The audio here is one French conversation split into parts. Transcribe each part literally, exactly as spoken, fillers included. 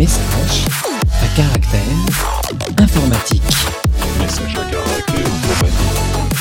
Message à caractère informatique. Message à caractère informatique.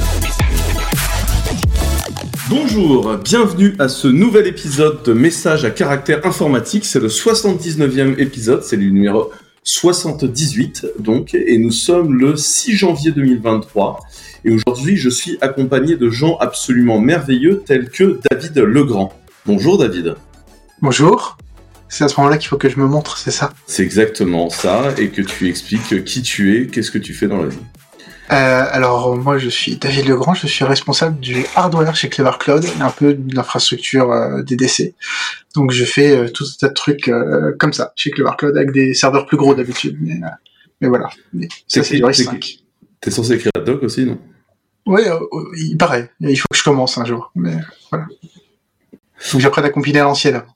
Bonjour, bienvenue à ce nouvel épisode de Message à caractère informatique. C'est le soixante-dix-neuvième épisode, c'est le numéro soixante-dix-huit donc, et nous sommes le six janvier deux mille vingt-trois. Et aujourd'hui, je suis accompagné de gens absolument merveilleux tels que David Legrand. Bonjour David. Bonjour. C'est à ce moment-là qu'il faut que je me montre, c'est ça ? C'est exactement ça, et que tu expliques qui tu es, qu'est-ce que tu fais dans la vie. Euh, alors, moi, je suis David Legrand, je suis responsable du hardware chez Clever Cloud, et un peu de l'infrastructure euh, des D C. Donc, je fais euh, tout un tas de trucs euh, comme ça, chez Clever Cloud, avec des serveurs plus gros d'habitude. Mais, euh, mais voilà, mais ça, c'est du R I S cinq. T'es censé écrire la doc aussi, non ? Ouais, euh, il paraît. Il faut que je commence un jour, mais voilà. Faut que j'apprenne à compiler à l'ancienne avant.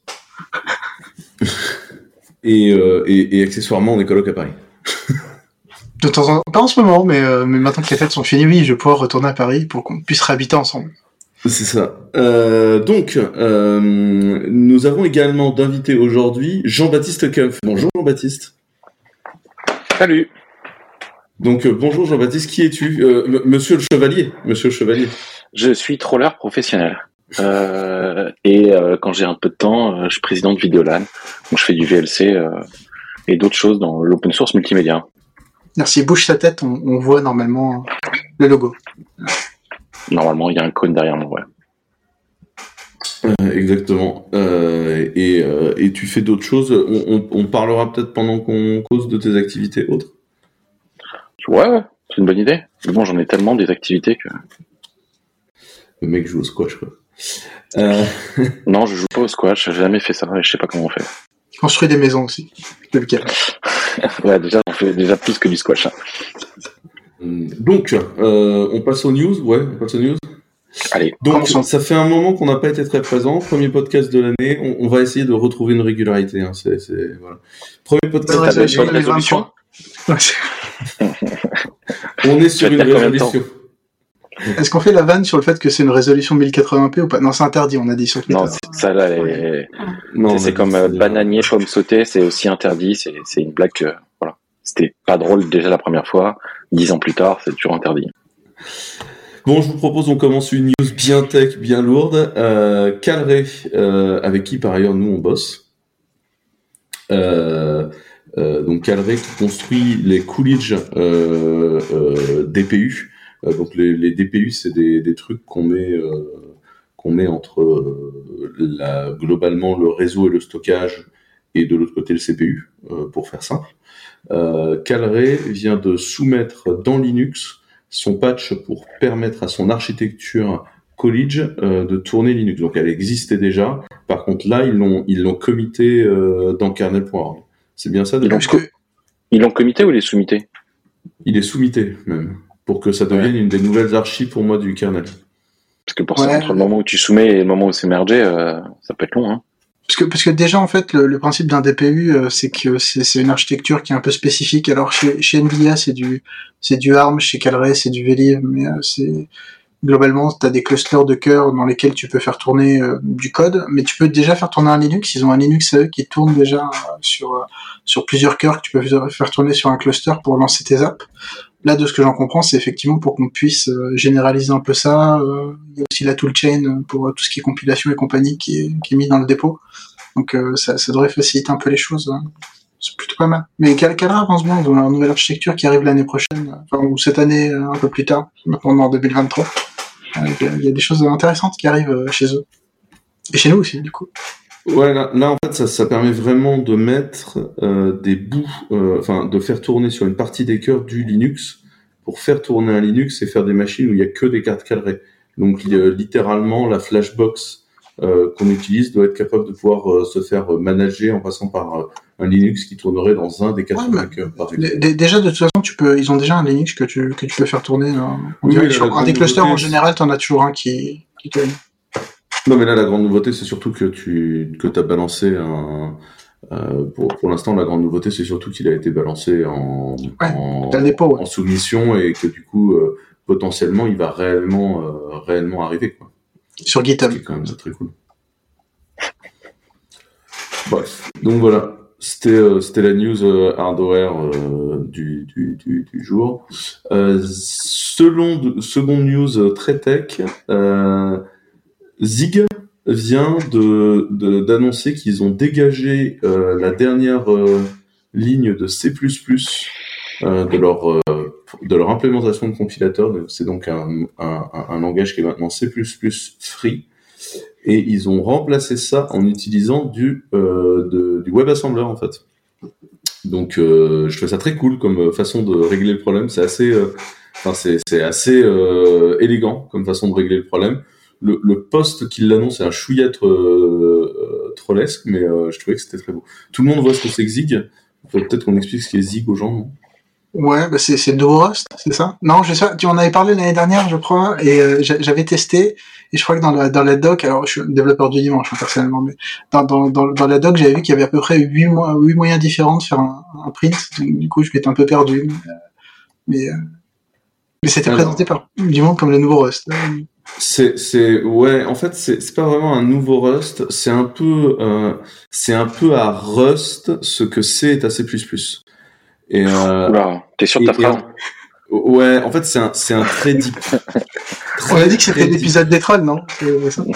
et, euh, et, et accessoirement, on est coloc à Paris. De temps en temps, pas en ce moment, mais, euh, mais maintenant que les fêtes sont finies, oui, je vais pouvoir retourner à Paris pour qu'on puisse réhabiter ensemble. C'est ça. Euh, donc, euh, nous avons également d'invité aujourd'hui Jean-Baptiste Kempf. Bonjour Jean-Baptiste. Salut. Donc, euh, bonjour Jean-Baptiste, qui es-tu ? euh, m- Monsieur le Chevalier. Monsieur le Chevalier. Je suis troller professionnel. Euh, et euh, quand j'ai un peu de temps, euh, je suis président de Vidéolan. Donc je fais du V L C euh, et d'autres choses dans l'open source multimédia. Merci, bouge sa tête, on, on voit normalement le logo. Normalement, il y a un cône derrière moi. Ouais. Euh, exactement. Euh, et, euh, et tu fais d'autres choses. On, on, on parlera peut-être pendant qu'on cause de tes activités autres. Ouais, ouais, c'est une bonne idée. Mais bon, j'en ai tellement des activités que... Le mec joue au squash, quoi. Euh... Non, je joue pas au squash, j'ai jamais fait ça, et je sais pas comment on fait. Construire des maisons aussi, c'est le cas. Ouais, déjà, on fait déjà plus que du squash. Hein. Donc, euh, on passe aux news. Ouais, on passe aux news. Allez. Donc, ça fait un moment qu'on n'a pas été très présent. Premier podcast de l'année. On, on va essayer de retrouver une régularité. Hein. C'est, c'est, voilà. Premier podcast. T'as une bonne résolution. On est sur une résolution. Est-ce qu'on fait la vanne sur le fait que c'est une résolution mille quatre-vingts p ou pas ? Non, c'est interdit, on a dit sur Twitter. Non, c'est, ça là, est... non, c'est, c'est comme euh, bananier, pomme sautée, c'est aussi interdit. C'est, c'est une blague que, voilà. C'était pas drôle déjà la première fois. Dix ans plus tard, c'est toujours interdit. Bon, je vous propose, on commence une news bien tech, bien lourde. Euh, Calray, euh, avec qui par ailleurs nous on bosse. Euh, euh, donc Calray qui construit les Coolidge euh, euh, D P U. Euh, donc les, les D P U, c'est des, des trucs qu'on met euh, qu'on met entre euh, la, globalement le réseau et le stockage, et de l'autre côté le C P U, euh, pour faire simple. Euh, Calray vient de soumettre dans Linux son patch pour permettre à son architecture Coolidge euh, de tourner Linux. Donc elle existait déjà. Par contre là, ils l'ont ils l'ont commité euh, dans kernel point org. C'est bien ça. Ils l'ont, co- ils l'ont commité ou il est soumité ? Il est soumité même, pour que ça devienne ouais. une des nouvelles archives pour moi du kernel. Parce que pour ouais. ça, entre le moment où tu soumets et le moment où c'est mergé, euh, ça peut être long, hein. Parce que, parce que déjà, en fait, le, le principe d'un D P U, euh, c'est que c'est, c'est une architecture qui est un peu spécifique. Alors, chez, chez NVIDIA, c'est du, c'est du ARM, chez Calray, c'est du Vlive, mais euh, c'est, globalement, t'as des clusters de cœur dans lesquels tu peux faire tourner euh, du code, mais tu peux déjà faire tourner un Linux. Ils ont un Linux à eux qui tourne déjà euh, sur, euh, sur plusieurs cœurs que tu peux faire tourner sur un cluster pour lancer tes apps. Là, de ce que j'en comprends, c'est effectivement pour qu'on puisse euh, généraliser un peu ça. Euh, il y a aussi la toolchain pour euh, tout ce qui est compilation et compagnie qui est, qui est mis dans le dépôt. Donc euh, ça, ça devrait faciliter un peu les choses. Hein. C'est plutôt pas mal. Mais Calray avance bien. Ils ont une nouvelle architecture qui arrive l'année prochaine, enfin, ou cette année euh, un peu plus tard. Maintenant, on est en deux mille vingt-trois. Euh, il y a des choses intéressantes qui arrivent euh, chez eux. Et chez nous aussi, du coup. Ouais, là, là en fait, ça, ça permet vraiment de mettre euh, des bouts, euh, enfin, de faire tourner sur une partie des cœurs du Linux pour faire tourner un Linux et faire des machines où il y a que des cartes Calray. Donc, euh, littéralement, la flashbox euh, qu'on utilise doit être capable de pouvoir euh, se faire euh, manager en passant par euh, un Linux qui tournerait dans un des quatre-vingts ouais, cœurs. Par exemple. D- déjà, de toute façon, tu peux, ils ont déjà un Linux que tu que tu peux faire tourner. Hein. On dirait oui, sur un des clusters nouveauté, en général, t'en as toujours un qui qui tourne. Non, mais là, la grande nouveauté, c'est surtout que tu que t'as balancé un. Euh, pour, pour l'instant, la grande nouveauté, c'est surtout qu'il a été balancé en, ouais, en, dépôt, ouais. en soumission et que du coup, euh, potentiellement, il va réellement, euh, réellement arriver, quoi. Sur GitHub. C'est quand même très cool. Bref, donc voilà. c'était, euh, c'était la news euh, hardware euh, du, du, du, du jour. Euh, selon de, seconde news euh, très tech, euh, Zig vient de, de d'annoncer qu'ils ont dégagé euh, la dernière euh, ligne de C plus plus euh, de leur euh, de leur implémentation de compilateur. C'est donc un, un, un langage qui est maintenant C plus plus free. Et ils ont remplacé ça en utilisant du, euh, de, du WebAssembler, en fait. Donc, euh, je trouve ça très cool comme façon de régler le problème. C'est assez, euh, enfin, c'est, c'est assez euh, élégant comme façon de régler le problème. Le, le post qui l'annonce est un chouillette euh, trollesque, mais euh, je trouvais que c'était très beau. Tout le monde voit ce que c'est que Zig. Faut peut-être qu'on explique ce qu'est Zig aux gens, non ? Ouais, bah c'est, c'est le nouveau Rust, c'est ça? Non, je sais, tu en avais parlé l'année dernière, je crois, et euh, j'avais testé, et je crois que dans la, dans la doc, alors je suis développeur du dimanche, hein, personnellement, mais dans, dans, dans, dans la doc, j'avais vu qu'il y avait à peu près huit moyens différents de faire un, un print, donc, du coup, je m'étais un peu perdu, mais, mais, euh, mais c'était alors, présenté par du monde comme le nouveau Rust. C'est, c'est, ouais, en fait, c'est, c'est pas vraiment un nouveau Rust, c'est un peu, euh, c'est un peu à Rust ce que C est à C plus plus. Et euh, Oula, t'es sûr de ta phrase? Ouais, en fait, c'est un, c'est un très deep. Très, On a dit que c'était l'épisode des trolls, non? C'est ça.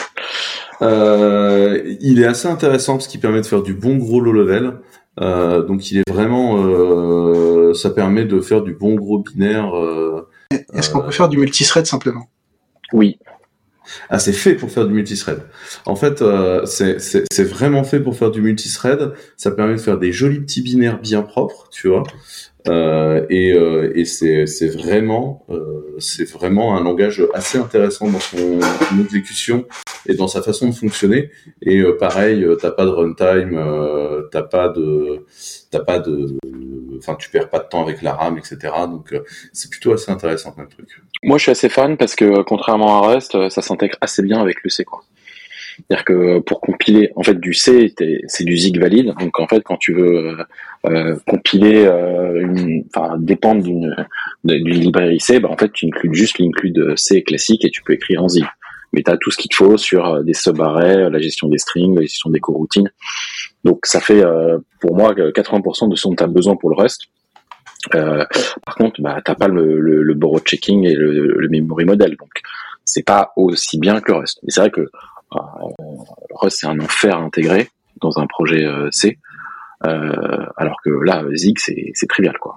Euh, il est assez intéressant parce qu'il permet de faire du bon gros low level. Euh, donc, il est vraiment, euh, ça permet de faire du bon gros binaire. Euh, Est-ce qu'on peut faire du multithread simplement? Oui. Ah, c'est fait pour faire du multithread. En fait, euh, c'est, c'est, c'est vraiment fait pour faire du multithread. Ça permet de faire des jolis petits binaires bien propres, tu vois. Euh, et, euh, et c'est, c'est vraiment, euh, c'est vraiment un langage assez intéressant dans son, son exécution et dans sa façon de fonctionner. Et euh, pareil, t'as pas de runtime, euh, t'as pas de, t'as pas de, enfin, tu perds pas de temps avec la RAM, et cetera. Donc, euh, c'est plutôt assez intéressant comme truc. Moi, je suis assez fan parce que, contrairement à Rust, ça s'intègre assez bien avec le C, quoi. C'est-à-dire que pour compiler, en fait, du C, c'est du Zig valide. Donc, en fait, quand tu veux euh, compiler, euh, une, enfin, dépendre d'une, d'une librairie C, bah, en fait, tu includes juste l'include C classique et tu peux écrire en Zig. Mais tu as tout ce qu'il te faut sur des sub-arrays, la gestion des strings, la gestion des coroutines. Donc, ça fait, euh, pour moi, quatre-vingts pour cent de ce dont tu as besoin pour le Rust. Euh, par contre, bah, t'as pas le, le, le borrow checking et le, le memory model, donc c'est pas aussi bien que Rust. Et c'est vrai que euh, Rust c'est un enfer à intégrer dans un projet euh, C, euh, alors que là Zig c'est, c'est trivial, quoi.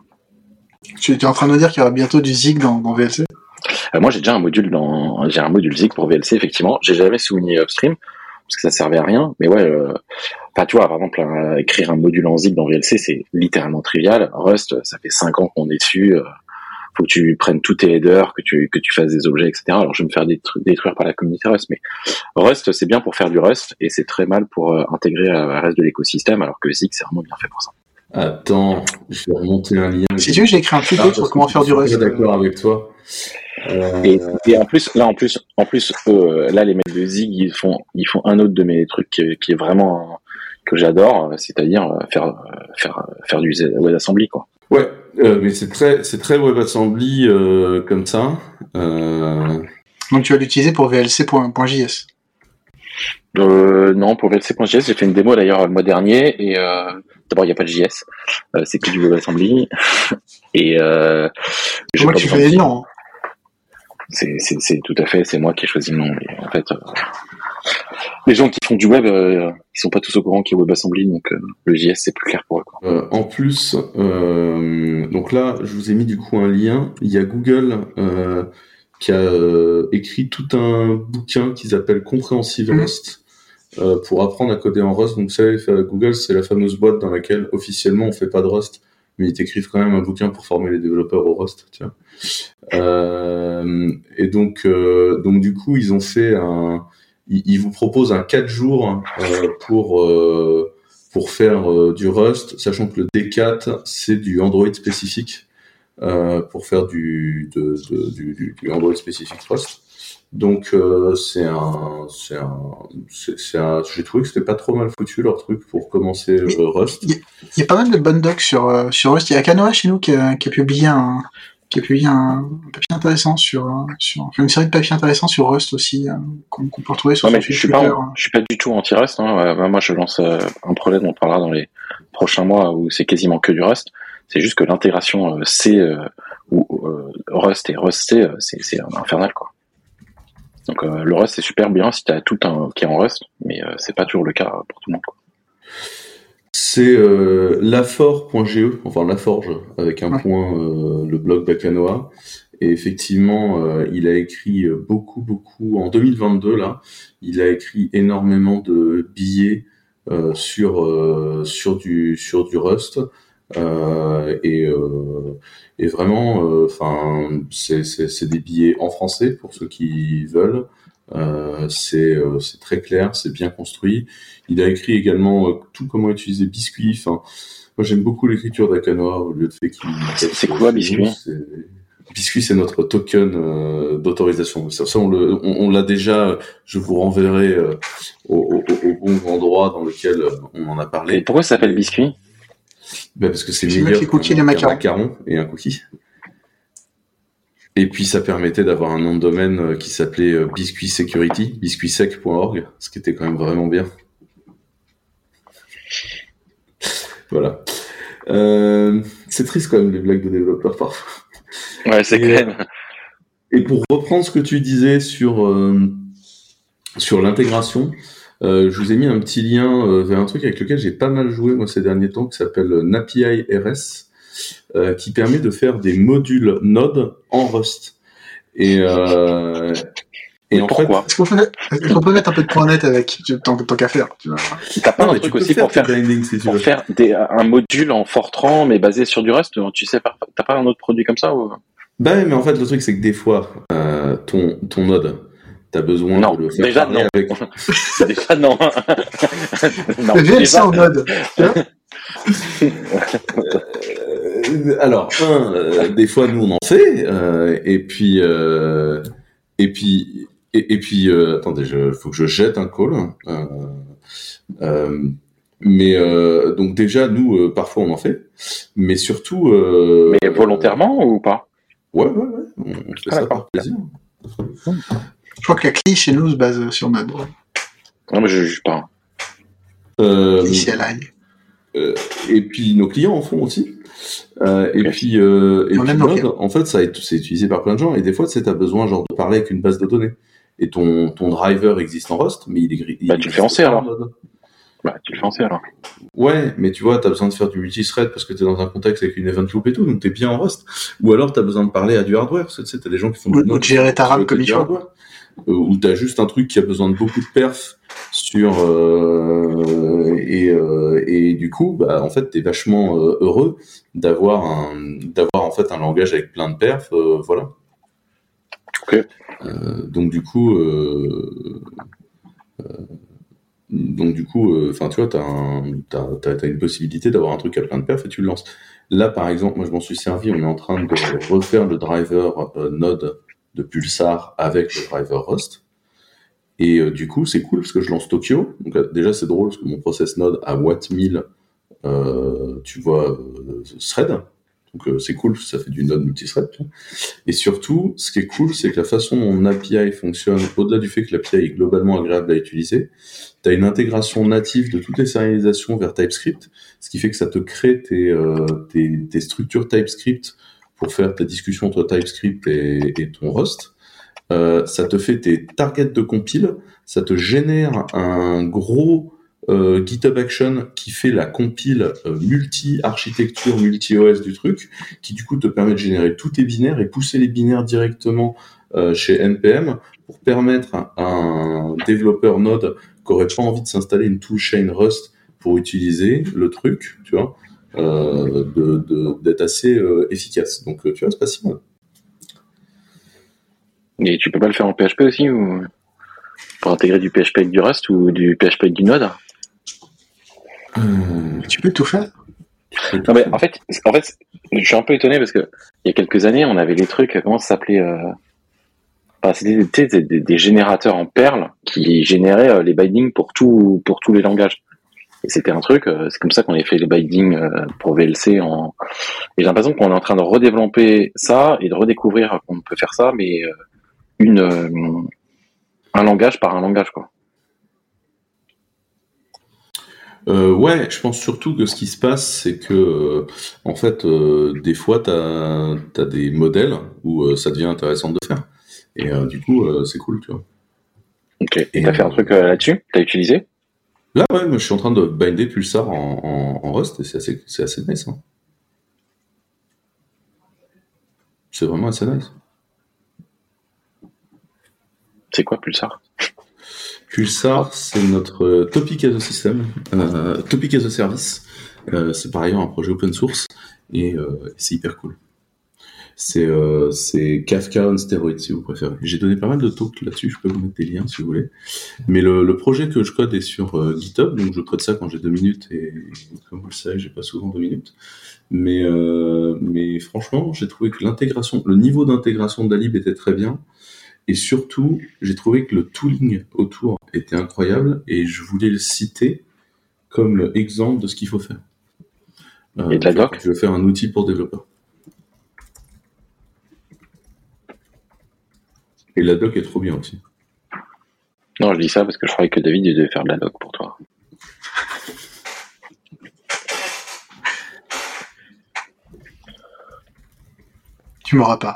Tu es en train de nous dire qu'il y aura bientôt du Zig dans, dans V L C? euh, Moi j'ai déjà un module dans, j'ai un module Zig pour V L C effectivement. J'ai jamais souligné Upstream parce que ça servait à rien, mais ouais. Euh, Enfin, tu vois, par exemple, euh, écrire un module en Zig dans V L C, c'est littéralement trivial. Rust, ça fait cinq ans qu'on est dessus. Euh, faut que tu prennes tous tes headers, que tu que tu fasses des objets, et cetera. Alors, je vais me faire détruire, détruire par la communauté Rust, mais Rust, c'est bien pour faire du Rust, et c'est très mal pour euh, intégrer le reste de l'écosystème, alors que Zig, c'est vraiment bien fait pour ça. Attends, je vais remonter un lien. Si tu veux, j'ai écrit un tuto ah, sur comment faire du Rust. Je suis d'accord avec toi. Euh... Et, et en plus, là, en plus, en plus, euh, là, les mecs de Zig, ils font, ils font un autre de mes trucs qui, qui est vraiment que j'adore, c'est-à-dire faire faire faire du WebAssembly, quoi. Ouais, euh, mais c'est très c'est très WebAssembly euh, comme ça. Euh... Donc tu vas l'utiliser pour V L C.js. Euh, non, pour V L C.js, j'ai fait une démo d'ailleurs le mois dernier et euh, d'abord il n'y a pas de J S, euh, c'est que du WebAssembly et euh, c'est moi qui fais les noms. C'est c'est c'est tout à fait, c'est moi qui ai choisi le nom. Mais en fait. Euh... Les gens qui font du web, euh, ils sont pas tous au courant qu'il y a WebAssembly, donc euh, le J S c'est plus clair pour eux, quoi. Euh, en plus, euh, donc là, je vous ai mis du coup un lien. Il y a Google euh, qui a euh, écrit tout un bouquin qu'ils appellent Comprehensive Rust euh, pour apprendre à coder en Rust. Donc, vous savez, Google, c'est la fameuse boîte dans laquelle officiellement on fait pas de Rust, mais ils t'écrivent quand même un bouquin pour former les développeurs au Rust. Tiens. Euh, et donc, euh, donc du coup, ils ont fait un il vous propose un quatre jours euh, pour euh, pour faire euh, du Rust, sachant que le D quatre c'est du Android spécifique euh, pour faire du, de, de, du du Android spécifique Rust. Donc euh, c'est un c'est un c'est, c'est un j'ai trouvé que c'était pas trop mal foutu leur truc pour commencer euh, Rust. Il y, y a pas mal de bonnes docs sur euh, sur Rust. Il y a Kanoa chez nous qui a, qui a publié un qui a publié un, un papier intéressant sur, sur enfin, une série de papiers intéressants sur Rust aussi, euh, qu'on, qu'on peut retrouver sur non, son mais site je suis Twitter. pas, je suis pas du tout anti-Rust. Hein. Euh, moi, je lance euh, un projet dont on parlera dans les prochains mois où c'est quasiment que du Rust. C'est juste que l'intégration euh, C euh, ou euh, Rust et Rust C, euh, c'est, c'est infernal, quoi. Donc euh, le Rust c'est super bien si t'as tout un qui est en Rust, mais euh, c'est pas toujours le cas pour tout le monde, quoi. C'est euh, lafor point g e, enfin Laforge avec un Ouais. point, euh, le blog d'Akanoa. Et effectivement, euh, il a écrit beaucoup, beaucoup en deux mille vingt-deux là. Il a écrit énormément de billets euh, sur euh, sur du sur du Rust. Euh, et, euh, et vraiment, enfin, euh, c'est, c'est, c'est des billets en français pour ceux qui veulent. Euh, c'est, euh, c'est très clair, c'est bien construit. Il a écrit également euh, tout comment utiliser Biscuit. Enfin, moi j'aime beaucoup l'écriture d'Akanoa au lieu de fait qu'il. C'est, c'est quoi Biscuit ? C'est... Biscuit, c'est notre token euh, d'autorisation. Ça, ça on, le, on, on l'a déjà. Je vous renverrai euh, au, au, au bon endroit dans lequel on en a parlé. Et pourquoi ça s'appelle Biscuit ? Ben parce que c'est C'est meilleur les cookies, qu'un, les qu'un macarons. macaron et un cookie. Et puis ça permettait d'avoir un nom de domaine qui s'appelait euh, Biscuit Security, biscuitsec point org, ce qui était quand même vraiment bien. Voilà. Euh, c'est triste quand même les blagues de développeurs parfois. Ouais, c'est Et, quand même. Et pour reprendre ce que tu disais sur euh, sur l'intégration, euh, je vous ai mis un petit lien euh, vers un truc avec lequel j'ai pas mal joué moi ces derniers temps, qui s'appelle Napi R S, euh, qui permet de faire des modules Node en Rust. Et euh, et en Pourquoi fait, Est-ce qu'on peut, est-ce qu'on peut mettre un peu de point net avec, tant, tant qu'à faire, tu vois. T'as pas non, un mais tu truc peux aussi faire pour faire tes bindings si tu pour veux. faire des, un module en Fortran mais basé sur du Rust, tu sais pas, t'as pas un autre produit comme ça ou... Bah ouais, mais en fait le truc c'est que des fois euh, ton ton Node, t'as besoin Non, de le faire déjà parler non. avec. déjà non. non Le V L C déjà, en mode, tu vois. Euh, alors, un, euh, des fois nous on en fait, euh, et puis euh, et puis et, et puis euh, attendez, je faut que je jette un call. Euh, euh, mais euh, donc déjà nous euh, parfois on en fait, mais surtout. Euh, mais volontairement ou pas? Ouais ouais ouais, on, on fait Ah, ça d'accord. par plaisir. Je crois que la C L I chez nous se base sur Node. Non mais je juge pas. Euh, C L I. Euh, et puis nos clients en font aussi. Euh, et Ok. puis, euh, et On puis aime nos Node, clients. en fait, ça est, c'est utilisé par plein de gens. Et des fois, tu sais, t'as besoin genre de parler avec une base de données. Et ton ton driver existe en Rust, mais il est gris. Bah, tu le fais en C, alors. Bah tu le fais en C alors. Ouais, mais tu vois, t'as besoin de faire du multithread parce que t'es dans un contexte avec une event loop et tout, donc t'es bien en Rust. Ou alors t'as besoin de parler à du hardware, parce que tu sais, t'as des gens qui font Ou- du ou Node de gérer ta sur RAM le comme du il faut. hardware. Euh, ou t'as juste un truc qui a besoin de beaucoup de perf sur euh, et euh, et du coup bah en fait t'es vachement euh, heureux d'avoir un d'avoir en fait un langage avec plein de perf, euh, voilà. Ok. Euh, donc du coup euh, euh, donc du coup enfin tu vois t'as un t'as, t'as t'as une possibilité d'avoir un truc à plein de perf et tu le lances. Là par exemple moi je m'en suis servi, on est en train de refaire le driver euh, Node de Pulsar avec le driver Rust. Et euh, du coup, c'est cool parce que je lance Tokyo. Donc euh, déjà, c'est drôle parce que mon process Node a watt mille, euh, tu vois, euh, thread. Donc euh, c'est cool, ça fait du Node multithread. Tu vois. Et surtout, ce qui est cool, c'est que la façon dont mon A P I fonctionne, au-delà du fait que l'A P I est globalement agréable à utiliser, tu as une intégration native de toutes les sérialisations vers TypeScript, ce qui fait que ça te crée tes, euh, tes, tes structures TypeScript pour faire ta discussion entre TypeScript et, et ton Rust. Euh, ça te fait tes targets de compile, ça te génère un gros euh, GitHub Action qui fait la compile euh, multi-architecture, multi-O S du truc, qui du coup te permet de générer tous tes binaires et pousser les binaires directement euh, chez N P M pour permettre à un développeur Node qui aurait pas envie de s'installer une toolchain Rust pour utiliser le truc, tu vois, euh, de, de, d'être assez euh, efficace. Donc tu vois, c'est pas si mal. Et tu peux pas le faire en P H P aussi ou pour intégrer du P H P avec du Rust ou du P H P avec du Node? Euh, Tu peux tout faire. Non mais en fait, en fait, je suis un peu étonné parce que il y a quelques années, on avait des trucs, comment ça s'appelait euh... enfin, c'était des, des, des générateurs en Perl qui généraient euh, les bindings pour tout, pour tous les langages. Et c'était un truc, euh, c'est comme ça qu'on avait fait les bindings euh, pour V L C. En... Et j'ai l'impression qu'on est en train de redévelopper ça et de redécouvrir qu'on peut faire ça, mais euh, une euh, un langage par un langage, quoi. Euh, ouais, je pense surtout que ce qui se passe, c'est que, euh, en fait, euh, des fois, t'as t'as des modèles où euh, ça devient intéressant de faire. Et euh, du coup, euh, c'est cool, tu vois. Ok. Et, et t'as euh, fait un truc euh, là-dessus? T'as utilisé? Là, ouais, moi, je suis en train de binder Pulsar en, en, en Rust et c'est assez, c'est assez nice. Hein. C'est vraiment assez nice. C'est quoi Pulsar? Pulsar, c'est notre topic as a system, euh, topic as a service. Euh, c'est par ailleurs un projet open source et euh, c'est hyper cool. C'est, euh, c'est Kafka on steroids si vous préférez. J'ai donné pas mal de talks là-dessus, je peux vous mettre des liens si vous voulez. Mais le, le projet que je code est sur euh, GitHub, donc je code ça quand j'ai deux minutes et comme vous le savez, j'ai pas souvent deux minutes. Mais, euh, mais franchement, j'ai trouvé que l'intégration, le niveau d'intégration de la lib était très bien. Et surtout, j'ai trouvé que le tooling autour était incroyable et je voulais le citer comme exemple de ce qu'il faut faire. Euh, et de la doc ? Je vais faire un outil pour développeurs. Et la doc est trop bien aussi. Non, je dis ça parce que je croyais que David il devait faire de la doc pour toi. Tu m'auras pas.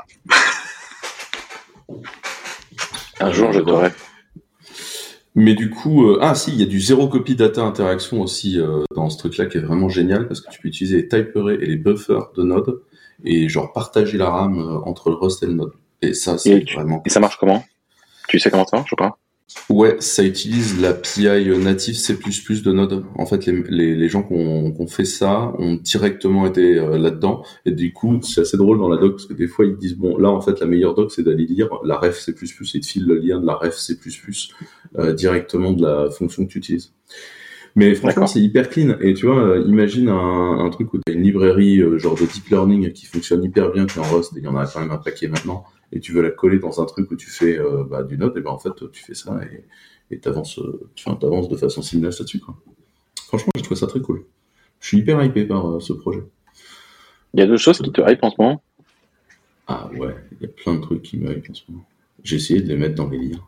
Un jour, je t'aurai. Mais du coup, euh, ah si, il y a du zéro copy data interaction aussi euh, dans ce truc-là qui est vraiment génial parce que tu peux utiliser les type arrays et les buffers de Node et genre partager la RAM euh, entre le Rust et le Node. Et ça, c'est et vraiment... Et ça marche comment ? Tu sais comment ça marche ou pas ? Ouais, ça utilise la P I native C plus plus de Node. En fait, les, les, les gens qui ont, qui ont fait ça ont directement été euh, là-dedans. Et du coup, c'est assez drôle dans la doc parce que des fois, ils disent, bon, là, en fait, la meilleure doc, c'est d'aller lire la ref C plus plus et ils te filent le lien de la ref C plus plus euh, directement de la fonction que tu utilises. Mais franchement, D'accord. c'est hyper clean. Et tu vois, euh, imagine un, un truc où tu as une librairie euh, genre de deep learning qui fonctionne hyper bien, qui est en Rust, et il y en a quand même un paquet maintenant, et tu veux la coller dans un truc où tu fais euh, bah, du Node, et ben en fait, tu fais ça et et t'avances, enfin, t'avances de façon similaire là-dessus, quoi. Franchement, j'ai trouvé ça très cool. Je suis hyper hypé par euh, ce projet. Il y a deux choses qui te hype en ce moment. Ah ouais, il y a plein de trucs qui me hype en ce moment. J'ai essayé de les mettre dans les liens.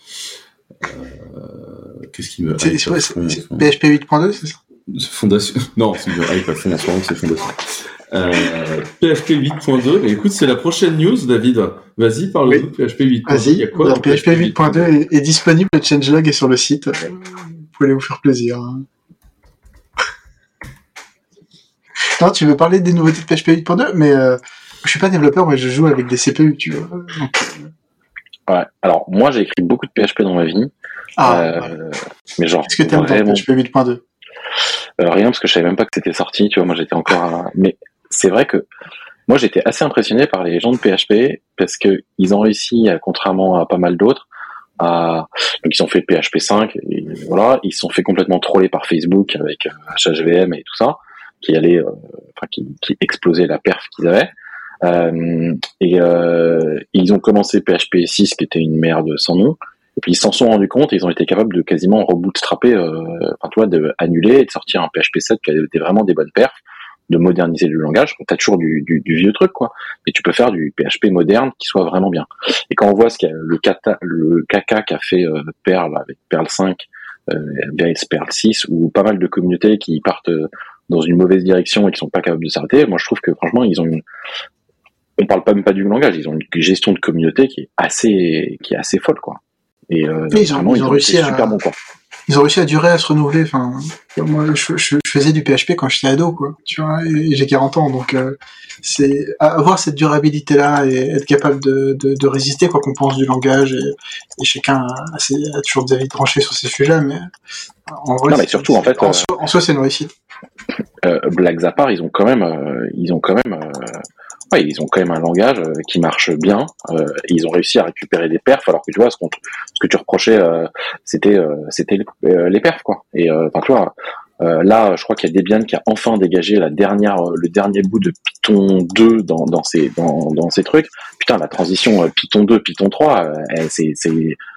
Euh, qu'est-ce qui me hype c'est, c'est, c'est, fond, c'est P H P huit point deux, c'est ça? Fondation. Non, c'est me hype à fond en ce moment, c'est Fondation. Euh, P H P huit point deux. Et écoute, c'est la prochaine news, David. Vas-y, parle-nous oui. de P H P huit point deux. Vas-y. Il y a quoi alors, P H P huit point deux est, est disponible, le changelog est sur le site. Vous pouvez vous faire plaisir. Hein. Non, tu veux parler des nouveautés de P H P huit point deux, mais euh, je suis pas développeur, mais je joue avec des C P U, tu vois. Donc, euh... Ouais. Alors, moi, j'ai écrit beaucoup de P H P dans ma vie. Ah. Euh, mais genre. Qu'est-ce que t'aimes vraiment... dans P H P huit point deux? Euh, rien, parce que je savais même pas que c'était sorti, tu vois, moi j'étais encore à... Mais c'est vrai que moi j'étais assez impressionné par les gens de P H P, parce que ils ont réussi, contrairement à pas mal d'autres, à... Donc ils ont fait P H P cinq, et voilà, ils se sont fait complètement troller par Facebook avec euh, H H V M et tout ça, qui allait, euh... enfin, qui, qui explosait la perf qu'ils avaient. Euh... Et euh... ils ont commencé P H P six, qui était une merde sans nom. Et puis ils s'en sont rendus compte et ils ont été capables de quasiment rebootstrapper, euh, enfin tu vois, de annuler et de sortir un P H P sept qui avait vraiment des bonnes perfs, de moderniser le langage. T'as toujours du, du, du vieux truc, quoi. Et tu peux faire du P H P moderne qui soit vraiment bien. Et quand on voit ce qu'il y a, le kata, le caca qu'a fait euh, Perl avec Perl cinq, euh, avec Perl six, ou pas mal de communautés qui partent euh, dans une mauvaise direction et qui sont pas capables de s'arrêter, moi je trouve que franchement ils ont une, on parle pas même pas du langage, ils ont une gestion de communauté qui est assez, qui est assez folle, quoi. Et euh, ils, ont, ils, ont réussi à, super bon, quoi. Ils ont réussi à durer, à se renouveler. Enfin, moi, je, je, je faisais du P H P quand j'étais ado, quoi. Tu vois, et j'ai quarante ans, donc euh, c'est avoir cette durabilité-là et être capable de, de, de résister, quoi qu'on pense du langage. Et, et chacun a, a toujours des avis tranchés sur ces sujets, mais en vrai, non, mais surtout en fait, en, euh, soi, en soi, c'est une réussite. Euh, blagues à part, ils ont quand même, euh, ils ont quand même. Euh, Ouais, ils ont quand même un langage euh, qui marche bien. Euh, et ils ont réussi à récupérer des perfs, alors que tu vois, ce, qu'on, ce que tu reprochais, euh, c'était, euh, c'était les, euh, les perfs, quoi. Et euh, enfin, tu vois, euh, là, je crois qu'il y a Debian qui a enfin dégagé la dernière, euh, le dernier bout de Python deux dans, dans ces, dans, dans ces trucs. Putain, la transition euh, Python deux, Python trois, euh, c'est, c'est,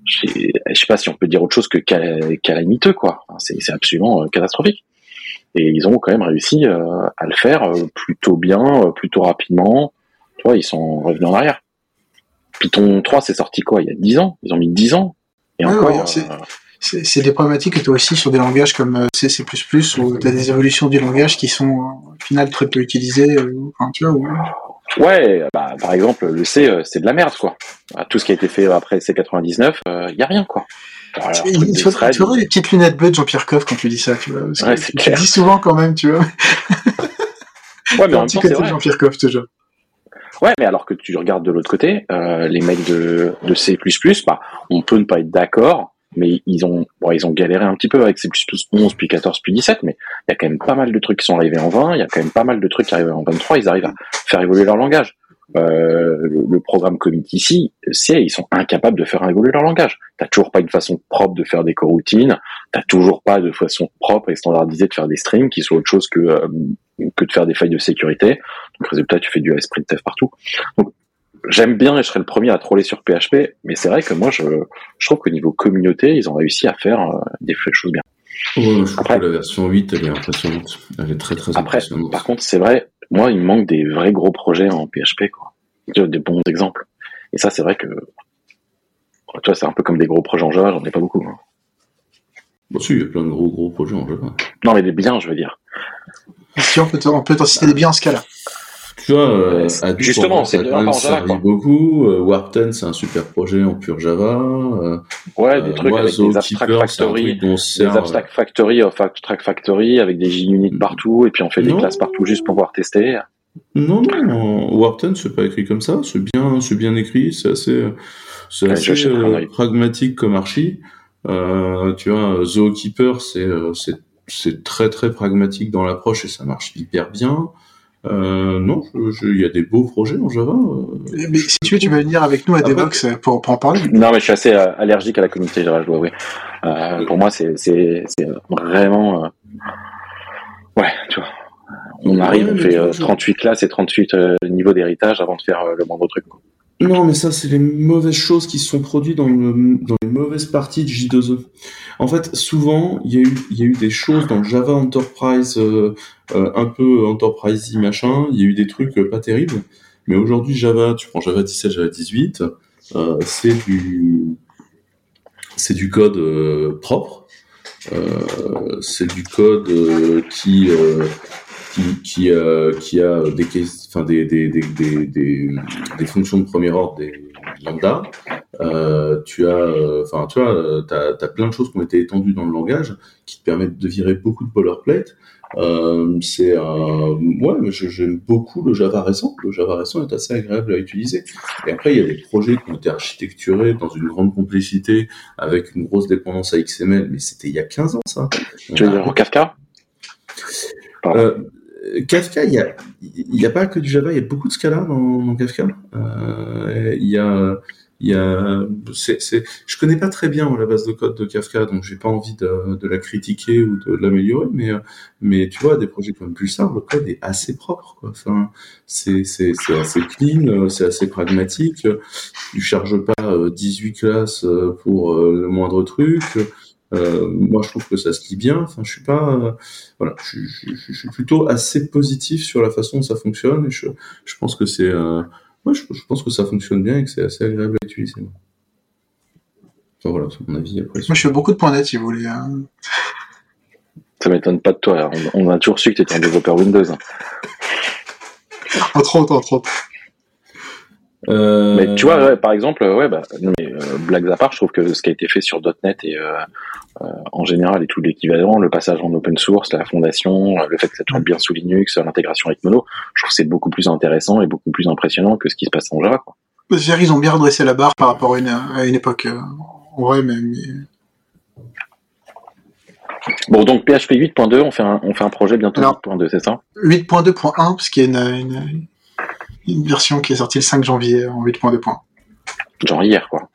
je sais pas si on peut dire autre chose que cal- calamiteux, quoi. Enfin, c'est, c'est absolument euh, catastrophique. Et ils ont quand même réussi euh, à le faire euh, plutôt bien, euh, plutôt rapidement. Tu vois, ils sont revenus en arrière. Python trois, c'est sorti quoi, il y a dix ans? Ils ont mis dix ans. Et Ouais, encore, alors, il y a- c'est, c'est, c'est des problématiques que tu as aussi sur des langages comme euh, C, C++, où tu as des évolutions du langage qui sont euh, au final très peu utilisées. Euh, enfin, tu vois, où- Ouais, bah, par exemple, le C, euh, c'est de la merde, quoi. Ah, tout ce qui a été fait après C quatre-vingt-dix-neuf, il euh, y a rien, quoi. Alors, C'est- le il truc il de te faut- thread, il te faudrait les petites lunettes bleues de Jean-Pierre Coff quand tu dis ça, tu vois. Parce Ouais, que c'est tu clair. le dis souvent quand même, tu vois. Ouais, mais T'as en un même petit temps, côté c'est de vrai. Jean-Pierre Coff, déjà. Ouais, mais alors que tu regardes de l'autre côté, euh, les mecs de, de C++, bah, on peut ne pas être d'accord, mais ils ont, bon, ils ont galéré un petit peu avec C++ onze, puis quatorze, puis dix-sept, mais il y a quand même pas mal de trucs qui sont arrivés en vingt, il y a quand même pas mal de trucs qui arrivent en vingt-trois, ils arrivent à faire évoluer leur langage. Euh, le, le programme commit ici, c'est, ils sont incapables de faire évoluer leur langage. T'as toujours pas une façon propre de faire des coroutines, t'as toujours pas de façon propre et standardisée de faire des strings qui soit autre chose que, euh, que de faire des failles de sécurité. Donc, résultat, tu fais du sprintf partout. Donc, j'aime bien et je serais le premier à troller sur P H P, mais c'est vrai que moi, je, je trouve qu'au niveau communauté, ils ont réussi à faire euh, des choses bien. Ouais, je trouve Après- que la version huit, elle est impressionnante. Elle est très très Après, impressionnante. par contre, c'est vrai, moi, il me manque des vrais gros projets en P H P, quoi. Tu vois, des bons exemples. Et ça, c'est vrai que, tu vois, c'est un peu comme des gros projets en Java, j'en ai pas beaucoup. hein. Bon, si, il y a plein de gros gros projets en Java. Non, mais des biens, je veux dire. Si on peut, t'en- on peut t'en citer des biens en ce cas-là. Tu vois, euh, Euh, Hadoop, justement, en vrai, c'est ça a de- quand pas même en Java, servi quoi. beaucoup. Euh, Warp dix, c'est un super projet en pur Java. Euh, Ouais, des euh, trucs moi, avec des abstract Zookeeper, c'est un factory, truc dont on se des sert. abstract factory, of abstract factory, avec des J-units partout, et puis on fait des Non. classes partout juste pour pouvoir tester. Non, non, Warp dix, c'est pas écrit comme ça. C'est bien, c'est bien écrit. C'est assez, c'est Ouais, assez je jette un euh, œil. pragmatique comme archi. Euh, tu vois, Zookeeper, c'est, euh, c'est, c'est très très pragmatique dans l'approche et ça marche hyper bien. Euh, non, je- je- il y a des beaux projets en Java. euh, Mais si tu veux, tu vas venir avec nous à Après- Devox euh, pour, pour en parler. Non, mais je suis assez euh, allergique à la communauté Java, je dois avouer. Euh, pour moi, c'est, c'est, c'est vraiment... euh, Ouais, tu vois. On arrive, Ouais, on mais fait tu euh, vois, je- trente-huit classes et trente-huit euh, niveaux d'héritage avant de faire euh, le moindre truc. quoi. Non, mais ça, c'est les mauvaises choses qui se sont produites dans, le, dans les mauvaises parties de J deux E. En fait, souvent, il y a eu, il y a eu des choses dans Java Enterprise, euh, euh, un peu Enterprise machin, il y a eu des trucs euh, pas terribles. Mais aujourd'hui, Java, tu prends Java dix-sept, Java dix-huit, euh, c'est du, c'est du code euh, propre. Euh, c'est du code euh, qui, euh, qui, qui, euh, qui a des, enfin, des, des, des, des, des, des fonctions de premier ordre, des lambda. Euh, tu as, enfin, tu vois, t'as, t'as plein de choses qui ont été étendues dans le langage qui te permettent de virer beaucoup de boilerplate. Euh, c'est un, ouais, mais je- j'aime beaucoup le Java récent. Le Java récent est assez agréable à utiliser. Et après, il y a des projets qui ont été architecturés dans une grande complexité avec une grosse dépendance à X M L, mais c'était il y a quinze ans, ça. Tu veux dire en Kafka Pardon. Euh, Kafka, il y a, il y a pas que du Java, il y a beaucoup de Scala dans, dans Kafka. Euh, il y a, il y a, c'est, c'est, je connais pas très bien la base de code de Kafka, donc j'ai pas envie de, de la critiquer ou de l'améliorer, mais, mais tu vois, des projets comme Pulsar, le code est assez propre, quoi. Enfin, c'est, c'est, c'est assez clean, c'est assez pragmatique. Tu charges pas dix-huit classes pour le moindre truc. Euh, moi, je trouve que ça se lit bien. Enfin, je suis pas, euh, voilà, je, je, je, je suis plutôt assez positif sur la façon dont ça fonctionne. Et je, je pense que c'est, euh, ouais, je, je pense que ça fonctionne bien et que c'est assez agréable à utiliser. Enfin voilà, c'est mon avis. Après, Moi, je fais beaucoup de points net, si vous voulez. Hein. Ça m'étonne pas de toi. On, on a toujours su que tu étais un développeur Windows. hein. Entre autres, entre autres. Euh... Mais tu vois, ouais, par exemple, ouais, bah, non, mais, euh, blagues à part, je trouve que ce qui a été fait sur .NET et euh, euh, en général et tout l'équivalent, le passage en open source, la fondation, le fait que ça tourne bien sous Linux, l'intégration avec Mono, je trouve que c'est beaucoup plus intéressant et beaucoup plus impressionnant que ce qui se passe en Java, quoi. C'est-à-dire, ils ont bien redressé la barre par rapport à une, à une époque. Euh, en vrai, mais, mais... Bon, donc P H P huit point deux, on fait un, on fait un projet bientôt Alors, huit point deux, c'est ça? huit point deux point un, parce qu'il y a une, une, une version qui est sortie le cinq janvier en huit point deux. Genre hier, quoi.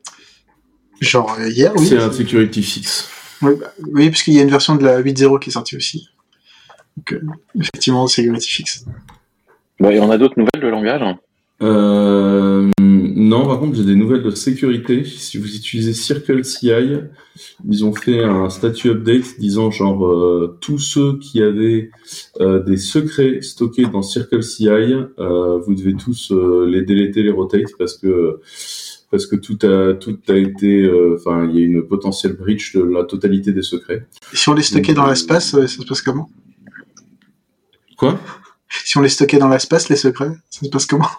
Genre euh, hier, oui. C'est un security fix. Oui, bah, oui, parce qu'il y a une version de la huit point zéro qui est sortie aussi. Donc, euh, effectivement, c'est security fix. Bon, et on a d'autres nouvelles de langage? hein Euh, Non, par contre, j'ai des nouvelles de sécurité. Si vous utilisez Circle C I, ils ont fait un statut update disant genre euh, tous ceux qui avaient euh, des secrets stockés dans Circle C I, euh, vous devez tous euh, les déléter, les rotate parce que parce que tout a tout a été, enfin, euh, il y a une potentielle breach de la totalité des secrets. Et si on les stockait dans l'espace, ça se passe comment? Quoi? Si on les stockait dans l'espace, les secrets, ça se passe comment?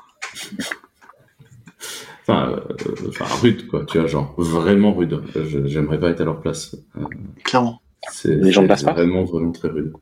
Enfin, euh, enfin, rude, quoi, tu vois, genre, vraiment rude. Je, j'aimerais pas être à leur place. Euh, Clairement. C'est, Les gens ne c'est passent pas. Vraiment, vraiment très rude.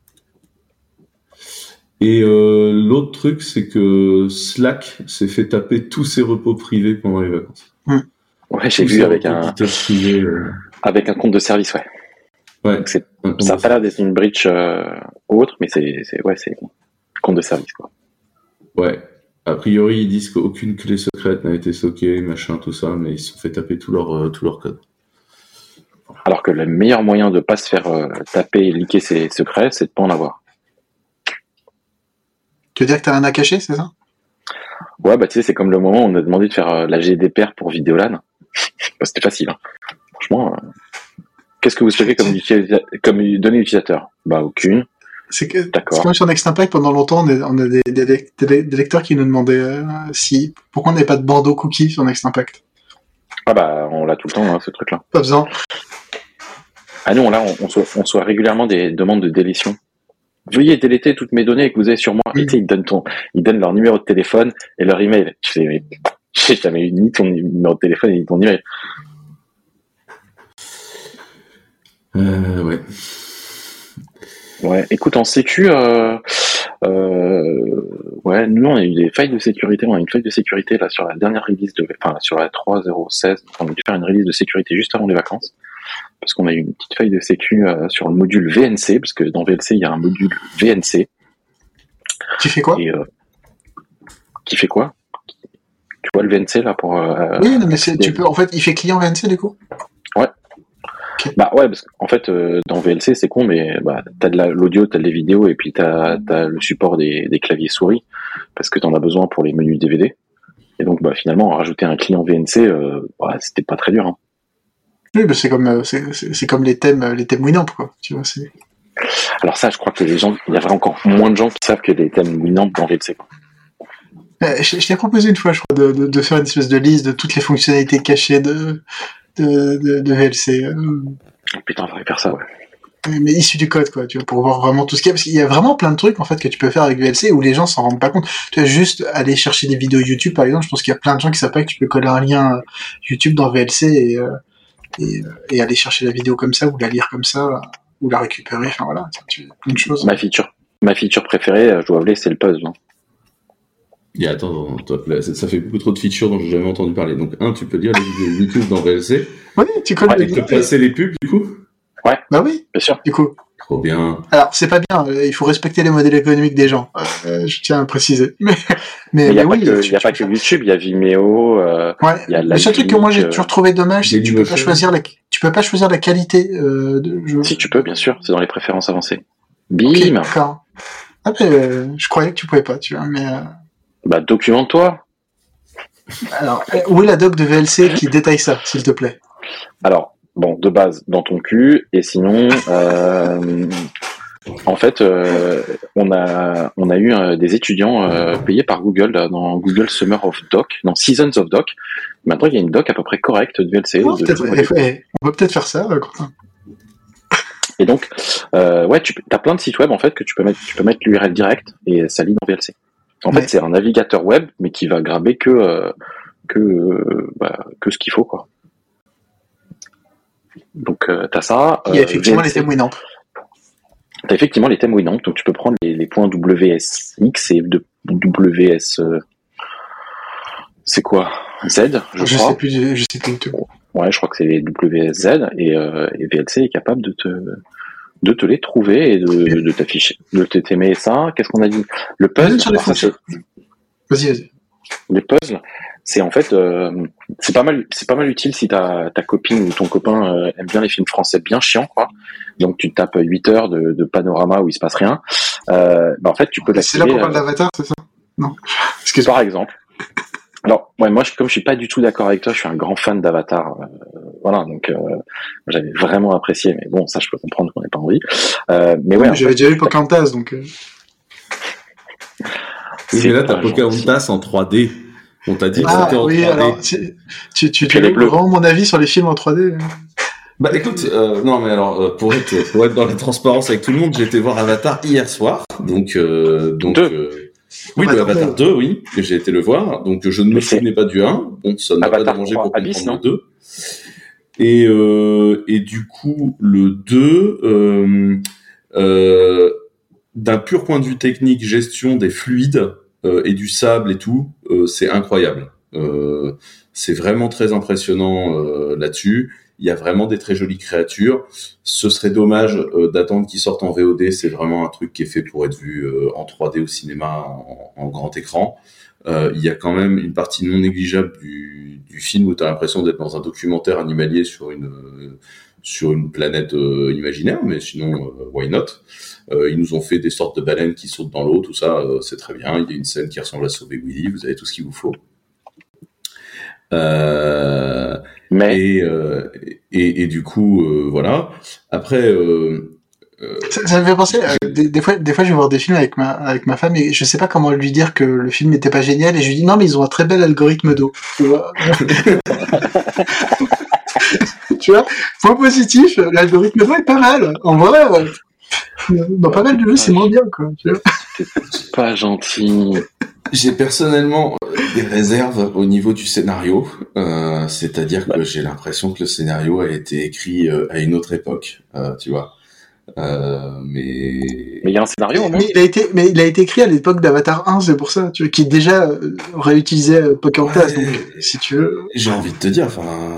Et euh, l'autre truc, c'est que Slack s'est fait taper tous ses repos privés pendant les vacances. Mmh. Ouais, j'ai tous vu avec un, privés, euh... avec un compte de service, ouais. Ouais. Donc c'est, ça a pas l'air d'être une breach euh, autre, mais c'est, c'est, ouais, c'est compte de service, quoi. Ouais. A priori, ils disent qu'aucune clé secrète n'a été stockée, machin, tout ça, mais ils se sont fait taper tout leur, euh, tout leur code. Alors que le meilleur moyen de pas se faire euh, taper et liquer ses secrets, c'est de pas en avoir. Tu veux dire que t'as rien à cacher, c'est ça? Ouais, bah tu sais, c'est comme le moment où on a demandé de faire euh, la G D P R pour Vidéolan. Bah, c'était facile, hein. Franchement, euh... qu'est-ce que vous stockez comme, utilisa- comme données utilisateur? Bah aucune. C'est que, D'accord. c'est comme sur Next Impact, pendant longtemps, on a, on a des, des, des, des lecteurs qui nous demandaient euh, si, pourquoi on n'avait pas de bandeau cookie sur Next Impact. Ah bah, on l'a tout le temps, hein, ce truc-là. Pas besoin. Ah non, là, on, on, soit, on soit régulièrement des demandes de délétion. Veuillez déléter toutes mes données que vous avez sur moi. Mmh. Et tu sais, ils donnent ton, ils donnent leur numéro de téléphone et leur email. Je sais, mais, j'ai jamais eu ni ton numéro de téléphone ni ton email. Euh, ouais. Ouais, écoute, en sécu, euh, euh, ouais, nous on a eu des failles de sécurité, on a eu une faille de sécurité là sur la dernière release de, enfin sur la trois point zéro seize, on a dû faire une release de sécurité juste avant les vacances, parce qu'on a eu une petite faille de sécu euh, sur le module V N C, parce que dans V L C il y a un module V N C. Qui fait quoi? Et, euh, qui fait quoi? Tu vois le V N C là pour. Euh, oui, non, mais c'est, tu peux, en fait, il fait client V N C du coup? Ouais. Okay. Bah ouais, parce qu'en fait, euh, dans V L C, c'est con, mais bah, t'as de la, l'audio, t'as des vidéos, et puis t'as, t'as le support des, des claviers souris, parce que t'en as besoin pour les menus D V D. Et donc, bah, finalement, rajouter un client V N C, euh, bah, c'était pas très dur. Hein. Oui, bah, c'est comme, euh, c'est, c'est, c'est comme les thèmes, les thèmes Winamp, quoi. Tu vois, c'est... Alors ça, je crois que les gens, il y a encore moins de gens qui savent que des thèmes Winamp dans V L C. Quoi. Euh, je, je t'ai proposé une fois, je crois, de, de, de faire une espèce de liste de toutes les fonctionnalités cachées de, de, de, de V L C. Euh... Putain, on faudrait faire ça, ouais. Mais issu du code, quoi, tu vois, pour voir vraiment tout ce qu'il y a. Parce qu'il y a vraiment plein de trucs, en fait, que tu peux faire avec V L C où les gens s'en rendent pas compte. Tu vois, juste aller chercher des vidéos YouTube, par exemple, je pense qu'il y a plein de gens qui savent pas que tu peux coller un lien YouTube dans V L C et, euh, et, et aller chercher la vidéo comme ça, ou la lire comme ça, ou la récupérer, enfin voilà, tu vois, plein de choses. Ma feature, ma feature préférée, je dois avouer, c'est le puzzle. Hein. Et attends, attends, ça fait beaucoup trop de features dont j'ai jamais entendu parler. Donc, un, tu peux lire les vidéos YouTube dans V L C. Oui, tu connais. Ouais, et te placer les pubs, du coup. Ouais. Bah oui, bien sûr. Du coup. Trop bien. Alors, c'est pas bien, euh, il faut respecter les modèles économiques des gens. Euh, je tiens à préciser. Mais, mais, mais, mais oui. Il n'y a pas que YouTube, il y a Vimeo, euh, ouais. il y a la Le seul truc que moi j'ai euh... toujours trouvé dommage, c'est que tu peux pas choisir la, tu peux pas choisir la qualité, euh, de jeu. Si tu peux, bien sûr, c'est dans les préférences avancées. Bim! Okay, d'accord. Ah, mais, euh, je croyais que tu pouvais pas, tu vois, mais, euh... Bah, documente-toi. Alors, où est la doc de V L C qui détaille ça, s'il te plaît? Alors, bon, de base, dans ton cul, et sinon, euh, en fait, euh, on a, on a eu euh, des étudiants euh, payés par Google là, dans Google Summer of Doc, dans Seasons of Doc. Maintenant, il y a une doc à peu près correcte de V L C. Oh, de, peut-être, de... eh, on peut peut-être faire ça, euh, Quentin. Et donc, euh, ouais, tu as plein de sites web en fait que tu peux mettre, tu peux mettre l'U R L direct et ça lit dans V L C. En ouais. fait, c'est un navigateur web, mais qui va graber que euh, que euh, bah, que ce qu'il faut, quoi. Donc, euh, t'as ça. Il y a euh, effectivement V L C. les thèmes Winamp. T'as effectivement les thèmes Winamp, donc tu peux prendre les, les points W S X et de W S. Euh, c'est quoi Z, je, je crois. Sais plus, je sais plus du tout. Ouais, je crois que c'est les W S Z et, euh, et V L C est capable de te de te les trouver et de, okay. de t'afficher, de t'aimer ça. Qu'est-ce qu'on a dit? Le puzzle. Sur les alors, ça, vas-y, vas-y. Les puzzles, c'est en fait, euh, c'est pas mal, c'est pas mal utile si ta ta copine ou ton copain euh, aime bien les films français bien chiants, quoi. Donc tu tapes huit heures de, de panorama où il se passe rien. Euh, bah en fait, tu peux l'activer. C'est là qu'on parle euh... d'Avatar, c'est ça? Non. Excuse-moi. Par exemple. Alors, ouais, moi, je, comme je suis pas du tout d'accord avec toi, je suis un grand fan d'Avatar. Euh, voilà, donc euh, j'avais vraiment apprécié, mais bon, ça, je peux comprendre qu'on n'ait pas envie. Euh, mais ouais, Oui, j'avais fait, déjà vu Pocahontas, donc. Euh... Oui, mais là, t'as Pocahontas en trois D. On t'a dit que ah, c'était en oui, trois D. Alors, tu, tu, tu, tu veux vraiment mon avis sur les films en trois D? Bah écoute, euh, non mais alors pour être pour être dans la transparence avec tout le monde, j'ai été voir Avatar hier soir, donc euh, donc euh, oui, le Avatar deux, oui, que j'ai été le voir, donc je ne me souvenais pas du un, bon ça ne m'a pas dérangé pour comprendre le deux. Et euh, et du coup le deux, euh, euh, d'un pur point de vue technique, gestion des fluides euh, et du sable et tout, euh, c'est incroyable. Euh, c'est vraiment très impressionnant euh, là-dessus. Il y a vraiment des très jolies créatures. Ce serait dommage euh, d'attendre qu'ils sortent en V O D. C'est vraiment un truc qui est fait pour être vu euh, en trois D au cinéma, en, en grand écran. Euh, il y a quand même une partie non négligeable du, du film où tu as l'impression d'être dans un documentaire animalier sur une, euh, sur une planète euh, imaginaire, mais sinon, euh, why not? Euh, ils nous ont fait des sortes de baleines qui sautent dans l'eau, tout ça, euh, c'est très bien. Il y a une scène qui ressemble à Sauver Willy, vous avez tout ce qu'il vous faut. Euh, mais et, euh, et, et du coup euh, voilà. Après euh, euh, ça, ça me fait penser euh, des, des fois des fois je vais voir des films avec ma avec ma femme et je sais pas comment lui dire que le film n'était pas génial et je lui dis non mais ils ont un très bel algorithme d'eau, tu vois. Tu vois, point positif, l'algorithme d'eau est pas mal en vrai. Euh, dans pas mal de jeux c'est moins bien quoi, tu vois. C'est pas gentil. J'ai personnellement des réserves au niveau du scénario, euh, c'est-à-dire que j'ai l'impression que le scénario a été écrit euh, à une autre époque, euh, tu vois. Euh, mais mais il y a un scénario au moins. Mais il a été, mais il a été écrit à l'époque d'Avatar un, c'est pour ça, tu vois, qui déjà euh, réutilisait euh, Pocahontas. Ouais, donc, si tu veux. J'ai envie de te dire, enfin,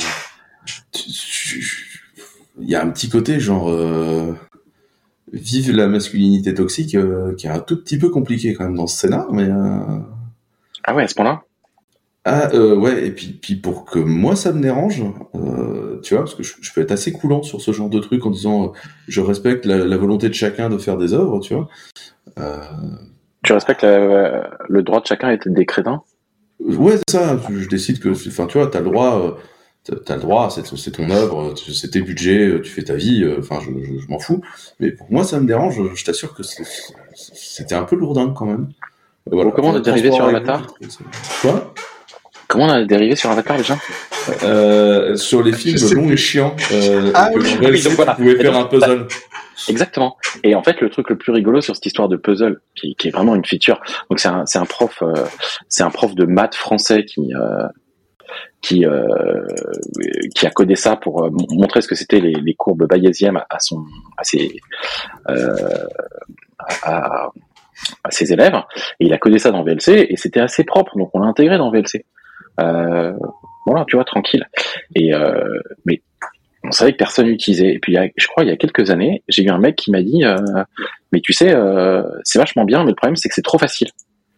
il y a un petit côté genre. Euh... Vive la masculinité toxique, euh, qui est un tout petit peu compliqué quand même dans ce scénar, mais... Euh... Ah ouais, à ce point-là? Ah euh, ouais, et puis, puis pour que moi ça me dérange, euh, tu vois, parce que je, je peux être assez coulant sur ce genre de truc en disant euh, je respecte la, la volonté de chacun de faire des œuvres, tu vois. Euh... Tu respectes la, le droit de chacun d'être des crétins? Ouais, c'est ça, je décide que... Enfin, tu vois, t'as le droit... Euh, T'as le droit, c'est, c'est ton œuvre, c'est tes budgets, tu fais ta vie, enfin, je, je, je m'en fous. Mais pour moi, ça me dérange, je t'assure que c'est, c'était un peu lourdingue quand même. Voilà. Comment on a dérivé sur Avatar? Quoi? Comment on a dérivé sur Avatar déjà? euh, Sur les films longs et chiants. Euh, ah que oui, oui, donc voilà. Vous pouvez faire donc, un puzzle. Bah, exactement. Et en fait, le truc le plus rigolo sur cette histoire de puzzle, qui, qui est vraiment une feature, donc c'est un, c'est un prof, euh, c'est un prof de maths français qui... Euh, qui euh, qui a codé ça pour euh, montrer ce que c'était les, les courbes bayésiennes à son à ses euh, à, à ses élèves, et il a codé ça dans V L C et c'était assez propre, donc on l'a intégré dans V L C. Euh, voilà, tu vois, tranquille. Et euh, mais on savait que personne n'utilisait. Et puis il y a, je crois il y a quelques années, j'ai eu un mec qui m'a dit euh, mais tu sais euh, c'est vachement bien, mais le problème c'est que c'est trop facile.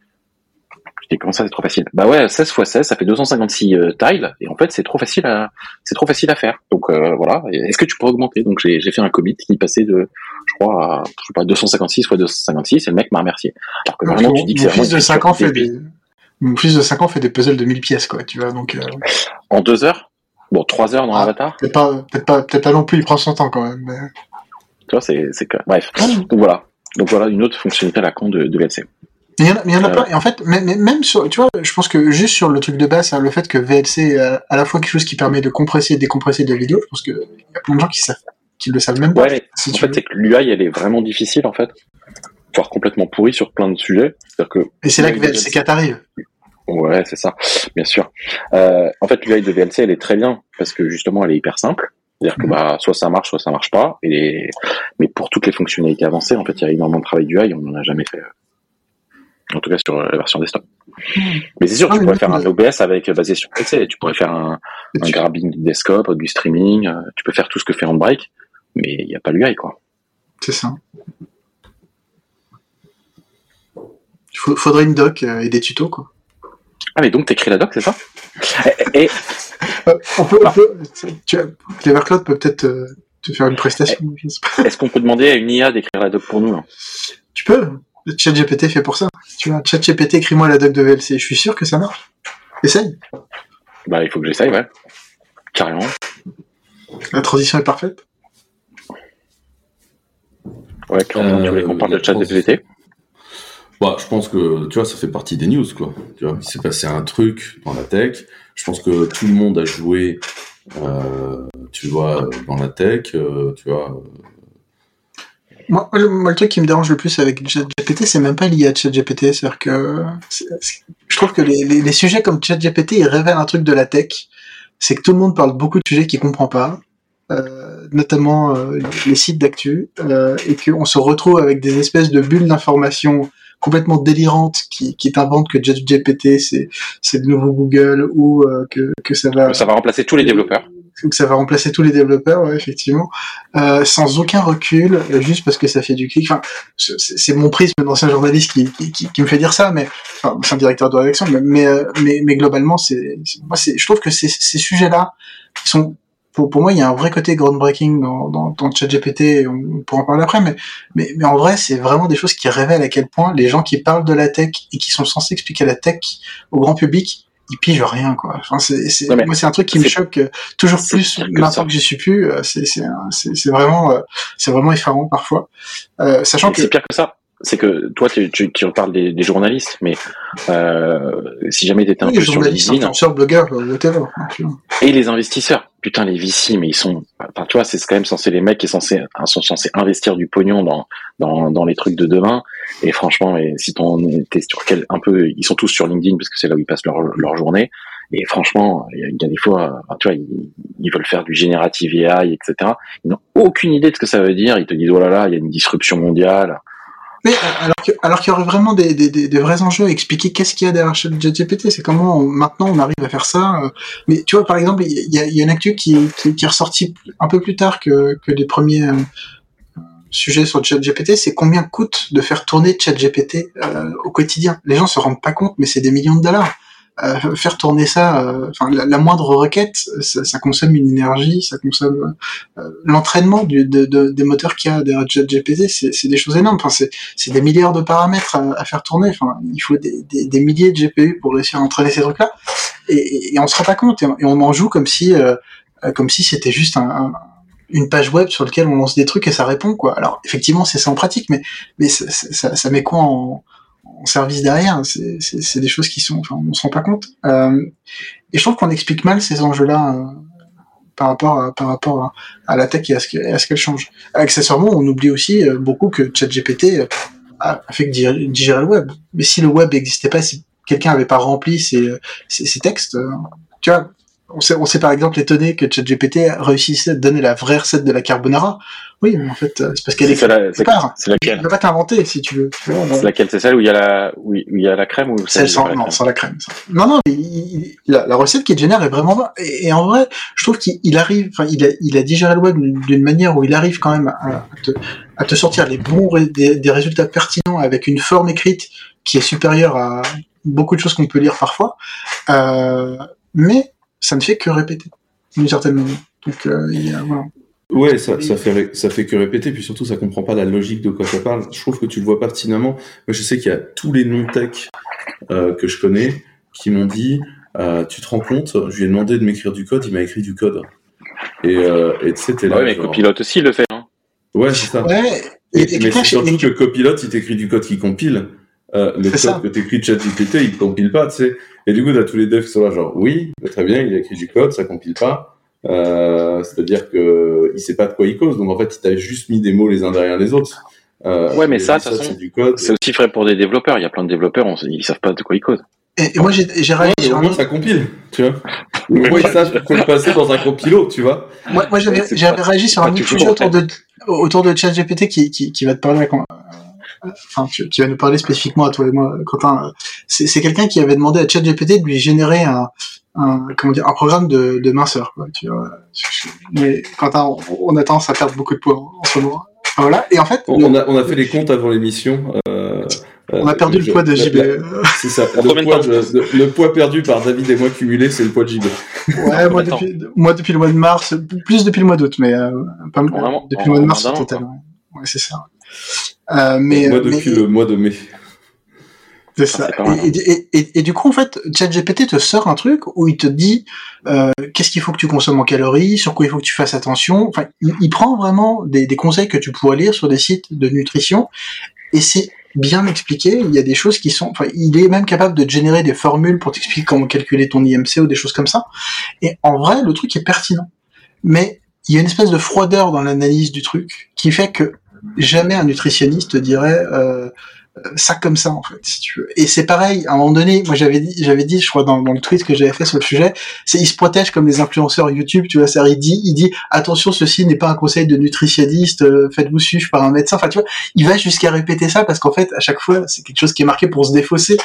Et comment ça c'est trop facile? Bah ouais, seize fois seize, ça fait deux cent cinquante-six euh, tiles, et en fait c'est trop facile à, c'est trop facile à faire. Donc euh, voilà, est-ce que tu pourrais augmenter? Donc j'ai, j'ai fait un commit qui passait de, je crois, à, je sais pas, deux cent cinquante-six fois deux cent cinquante-six, et le mec m'a remercié. Alors que non, vraiment mon, tu dis que mon c'est fils vraiment de cinq ans fait des, mon fils de cinq ans fait des puzzles de mille pièces, quoi, tu vois, donc. Euh... En deux heures? Bon, trois heures dans ah, Avatar? Peut-être pas, peut-être pas, peut-être pas non plus, il prend son temps quand même, mais. Tu vois, c'est, c'est, bref. Donc voilà. Donc voilà une autre fonctionnalité à la con de, de V L C. Mais il y en a, mais il y en a euh... plein. Et en fait, même, même sur, tu vois, je pense que juste sur le truc de base, hein, le fait que V L C est à la fois quelque chose qui permet de compresser et décompresser de la vidéo, je pense qu'il y a plein de gens qui savent, qui le savent même pas. Ouais, mais si en fait, veux. C'est que l'U I, elle est vraiment difficile, en fait. Voire complètement pourrie sur plein de sujets. C'est-à-dire que. Et c'est là que V L C quatre arrive. Ouais, c'est ça. Bien sûr. Euh, en fait, l'U I de V L C, elle est très bien parce que justement, elle est hyper simple. C'est-à-dire que, bah, soit ça marche, soit ça marche pas. Et les... Mais pour toutes les fonctionnalités avancées, en fait, il y a énormément de travail d'U I, on n'en a jamais fait. En tout cas sur la version desktop. Mmh. Mais c'est sûr, ah, tu pourrais faire un O B S avec basé sur P C, tu pourrais faire un, un grabbing desktop, du streaming, euh, tu peux faire tout ce que fait Handbrake, mais il n'y a pas l'U I, quoi. C'est ça. Il faudrait une doc euh, et des tutos, quoi. Ah, mais donc t'écris la doc, c'est ça? Et, et... Euh, on peut, on peut, tu vois, Clevercloud peut peut-être euh, te faire une prestation. Et, je sais pas. Est-ce qu'on peut demander à une I A d'écrire la doc pour nous, là? Tu peux. ChatGPT fait pour ça. Tu vois, ChatGPT, écris-moi la doc de V L C. Je suis sûr que ça marche. T'essayes? Bah, il faut que j'essaye, ouais. Carrément. La transition est parfaite. Ouais, quand euh, on parle de ChatGPT. Bah, je pense que, tu vois, ça fait partie des news, quoi. Tu vois, il s'est passé un truc dans la tech. Je pense que tout le monde a joué, euh, tu vois, dans la tech, euh, tu vois. Moi, le, moi, le truc qui me dérange le plus avec ChatGPT, c'est même pas lié à ChatGPT. C'est-à-dire que c'est, c'est, je trouve que les, les, les sujets comme ChatGPT, ils révèlent un truc de la tech. C'est que tout le monde parle beaucoup de sujets qu'il comprend pas, euh, notamment euh, les sites d'actu, euh, et qu'on se retrouve avec des espèces de bulles d'informations complètement délirantes qui, qui t'inventent que ChatGPT c'est c'est le nouveau Google ou euh, que que ça va ça va remplacer tous les développeurs. Que ça va remplacer tous les développeurs, ouais, effectivement, euh, sans aucun recul, euh, juste parce que ça fait du clic. Enfin, c'est, c'est mon prisme d'ancien journaliste qui, qui, qui, qui me fait dire ça, mais enfin, c'est un directeur de rédaction, mais mais mais, mais globalement, c'est, c'est moi, c'est, je trouve que ces, ces sujets-là sont Pour, pour moi, il y a un vrai côté groundbreaking dans, dans, dans ChatGPT, et on, on pourra en parler après, mais, mais, mais en vrai, c'est vraiment des choses qui révèlent à quel point les gens qui parlent de la tech et qui sont censés expliquer la tech au grand public, ils pigent rien, quoi. Enfin, c'est, c'est, moi, c'est un truc qui me choque toujours plus maintenant que j'y suis plus. C'est, c'est, c'est, c'est vraiment, c'est vraiment effarant parfois. Euh, sachant que c'est pire que ça. C'est que toi, tu, tu, tu parles des, des journalistes, mais euh, si jamais t'étais un oui, peu les sur LinkedIn, influenceurs, blogueurs, whatever. Et les investisseurs, putain, les V C, mais ils sont, enfin, tu vois, c'est quand même censé les mecs qui sont censés, sont censés investir du pognon dans dans dans les trucs de demain. Et franchement, et si ton t'es sur quel un peu, ils sont tous sur LinkedIn parce que c'est là où ils passent leur leur journée. Et franchement, il y a des fois, tu vois, ils, ils veulent faire du générative A I, et cetera. Ils n'ont aucune idée de ce que ça veut dire. Ils te disent oh là là, il y a une disruption mondiale. Mais alors que, alors qu'il y aurait vraiment des, des, des, des vrais enjeux à expliquer qu'est-ce qu'il y a derrière ChatGPT, c'est comment on, maintenant on arrive à faire ça. Mais tu vois, par exemple, il y a, il y a une actu qui, qui, qui est ressortie un peu plus tard que, que les premiers euh, sujets sur ChatGPT, c'est combien coûte de faire tourner ChatGPT euh, au quotidien. Les gens se rendent pas compte, mais c'est des millions de dollars. Euh, faire tourner ça, enfin euh, la, la moindre requête, ça, ça consomme une énergie, ça consomme euh, l'entraînement du, de, de, des moteurs qu'il y a derrière ChatGPT, c'est, c'est des choses énormes. Enfin, c'est, c'est des milliards de paramètres à, à faire tourner. Enfin, il faut des, des, des milliers de G P U pour réussir à entraîner ces trucs-là, et, et on se rend pas compte, et on, et on en joue comme si, euh, comme si c'était juste un, un une page web sur laquelle on lance des trucs et ça répond, quoi. Alors effectivement, c'est ça en pratique, mais mais ça, ça, ça met quoi en en service derrière, c'est, c'est, c'est des choses qui sont, enfin, on se rend pas compte. Euh, et je trouve qu'on explique mal ces enjeux-là euh, par rapport à, par rapport à, à la tech et à ce, que, à ce qu'elle change. Accessoirement, on oublie aussi euh, beaucoup que ChatGPT a, a fait que digérer le web. Mais si le web n'existait pas, si quelqu'un avait pas rempli ses, ses, ses textes, euh, tu vois, on s'est, on s'est par exemple étonné que ChatGPT réussissait à donner la vraie recette de la carbonara. Oui, mais en fait, c'est parce qu'elle est c'est, la, c'est, c'est laquelle? Elle va pas t'inventer, si tu veux. Tu vois, c'est laquelle? C'est celle où il y a la, où il y a la crème ou celle sans, non, sans la crème. Ça. Non, non, mais il, la, la recette qu'il génère est vraiment bonne. Et, et en vrai, je trouve qu'il arrive, enfin, il a, il a digéré le web d'une manière où il arrive quand même à, à, te, à te sortir les bons, des, des résultats pertinents avec une forme écrite qui est supérieure à beaucoup de choses qu'on peut lire parfois. Euh, mais ça ne fait que répéter, d'une certaine manière. Donc, euh, il y a, voilà. Ouais, ça, ça fait, ça fait que répéter, puis surtout, ça comprend pas la logique de quoi ça parle. Je trouve que tu le vois pertinemment. Moi, je sais qu'il y a tous les non-tech, euh, que je connais, qui m'ont dit, euh, tu te rends compte, je lui ai demandé de m'écrire du code, il m'a écrit du code. Et, euh, et tu sais, t'es là. Ouais, mais genre... Copilot aussi le fait, hein. Ouais, c'est ça. Ouais, et, et, mais c'est surtout que Copilot, il t'écrit du code qui compile. Euh, le c'est code ça. Que t'écris de ChatGPT, il compile pas, tu sais. Et du coup, t'as tous les devs qui sont là, genre, oui, très bien, il a écrit du code, ça compile pas. Euh, c'est-à-dire que il sait pas de quoi il cause, donc en fait il t'a juste mis des mots les uns derrière les autres. Euh, ouais, mais ça, de toute façon, c'est, du code, c'est aussi vrai pour des développeurs. Il y a plein de développeurs, on, ils savent pas de quoi ils codent. Et, et moi j'ai, j'ai réagi. Ouais, au moins ça compile, tu vois. Au moins ça, je peux le passer dans un compilo, tu vois. Moi, moi j'avais, j'avais réagi sur un autre sujet autour de autour de ChatGPT qui, qui qui va te parler. Quand, enfin, qui, qui va nous parler spécifiquement à toi et moi, Quentin. C'est, c'est quelqu'un qui avait demandé à ChatGPT de lui générer un un comment dire un programme de, de minceur, quoi, tu vois. Mais Quentin, on, on a tendance à perdre beaucoup de poids en ce moment. Enfin, voilà. Et en fait, on, le, a on a fait les comptes avant l'émission. Euh, on a perdu euh, le je, poids de J B. La, c'est ça. Le poids, de, le poids perdu par David et moi cumulé, c'est le poids de J B. Ouais, moi depuis, moi depuis le mois de mars, plus depuis le mois d'août, mais euh, pas vraiment, depuis le mois de mars au total. Ouais. Ouais, c'est ça. Euh, mais moi mais, depuis mais... le mois de mai. C'est ça. Et, et, et, et du coup, en fait, ChatGPT te sort un truc où il te dit euh, qu'est-ce qu'il faut que tu consommes en calories, sur quoi il faut que tu fasses attention. Enfin, il, il prend vraiment des, des conseils que tu pourrais lire sur des sites de nutrition, et c'est bien expliqué. Il y a des choses qui sont... Enfin, il est même capable de générer des formules pour t'expliquer comment calculer ton I M C ou des choses comme ça. Et en vrai, le truc est pertinent. Mais il y a une espèce de froideur dans l'analyse du truc qui fait que jamais un nutritionniste dirait... Euh, ça comme ça en fait, si tu veux. Et c'est pareil, à un moment donné, moi j'avais dit, j'avais dit, je crois dans, dans le tweet que j'avais fait sur le sujet, c'est il se protège comme les influenceurs YouTube, tu vois, ça il dit, il dit attention, ceci n'est pas un conseil de nutritionniste, euh, faites-vous suivre par un médecin. Enfin tu vois, il va jusqu'à répéter ça parce qu'en fait à chaque fois c'est quelque chose qui est marqué pour se défausser.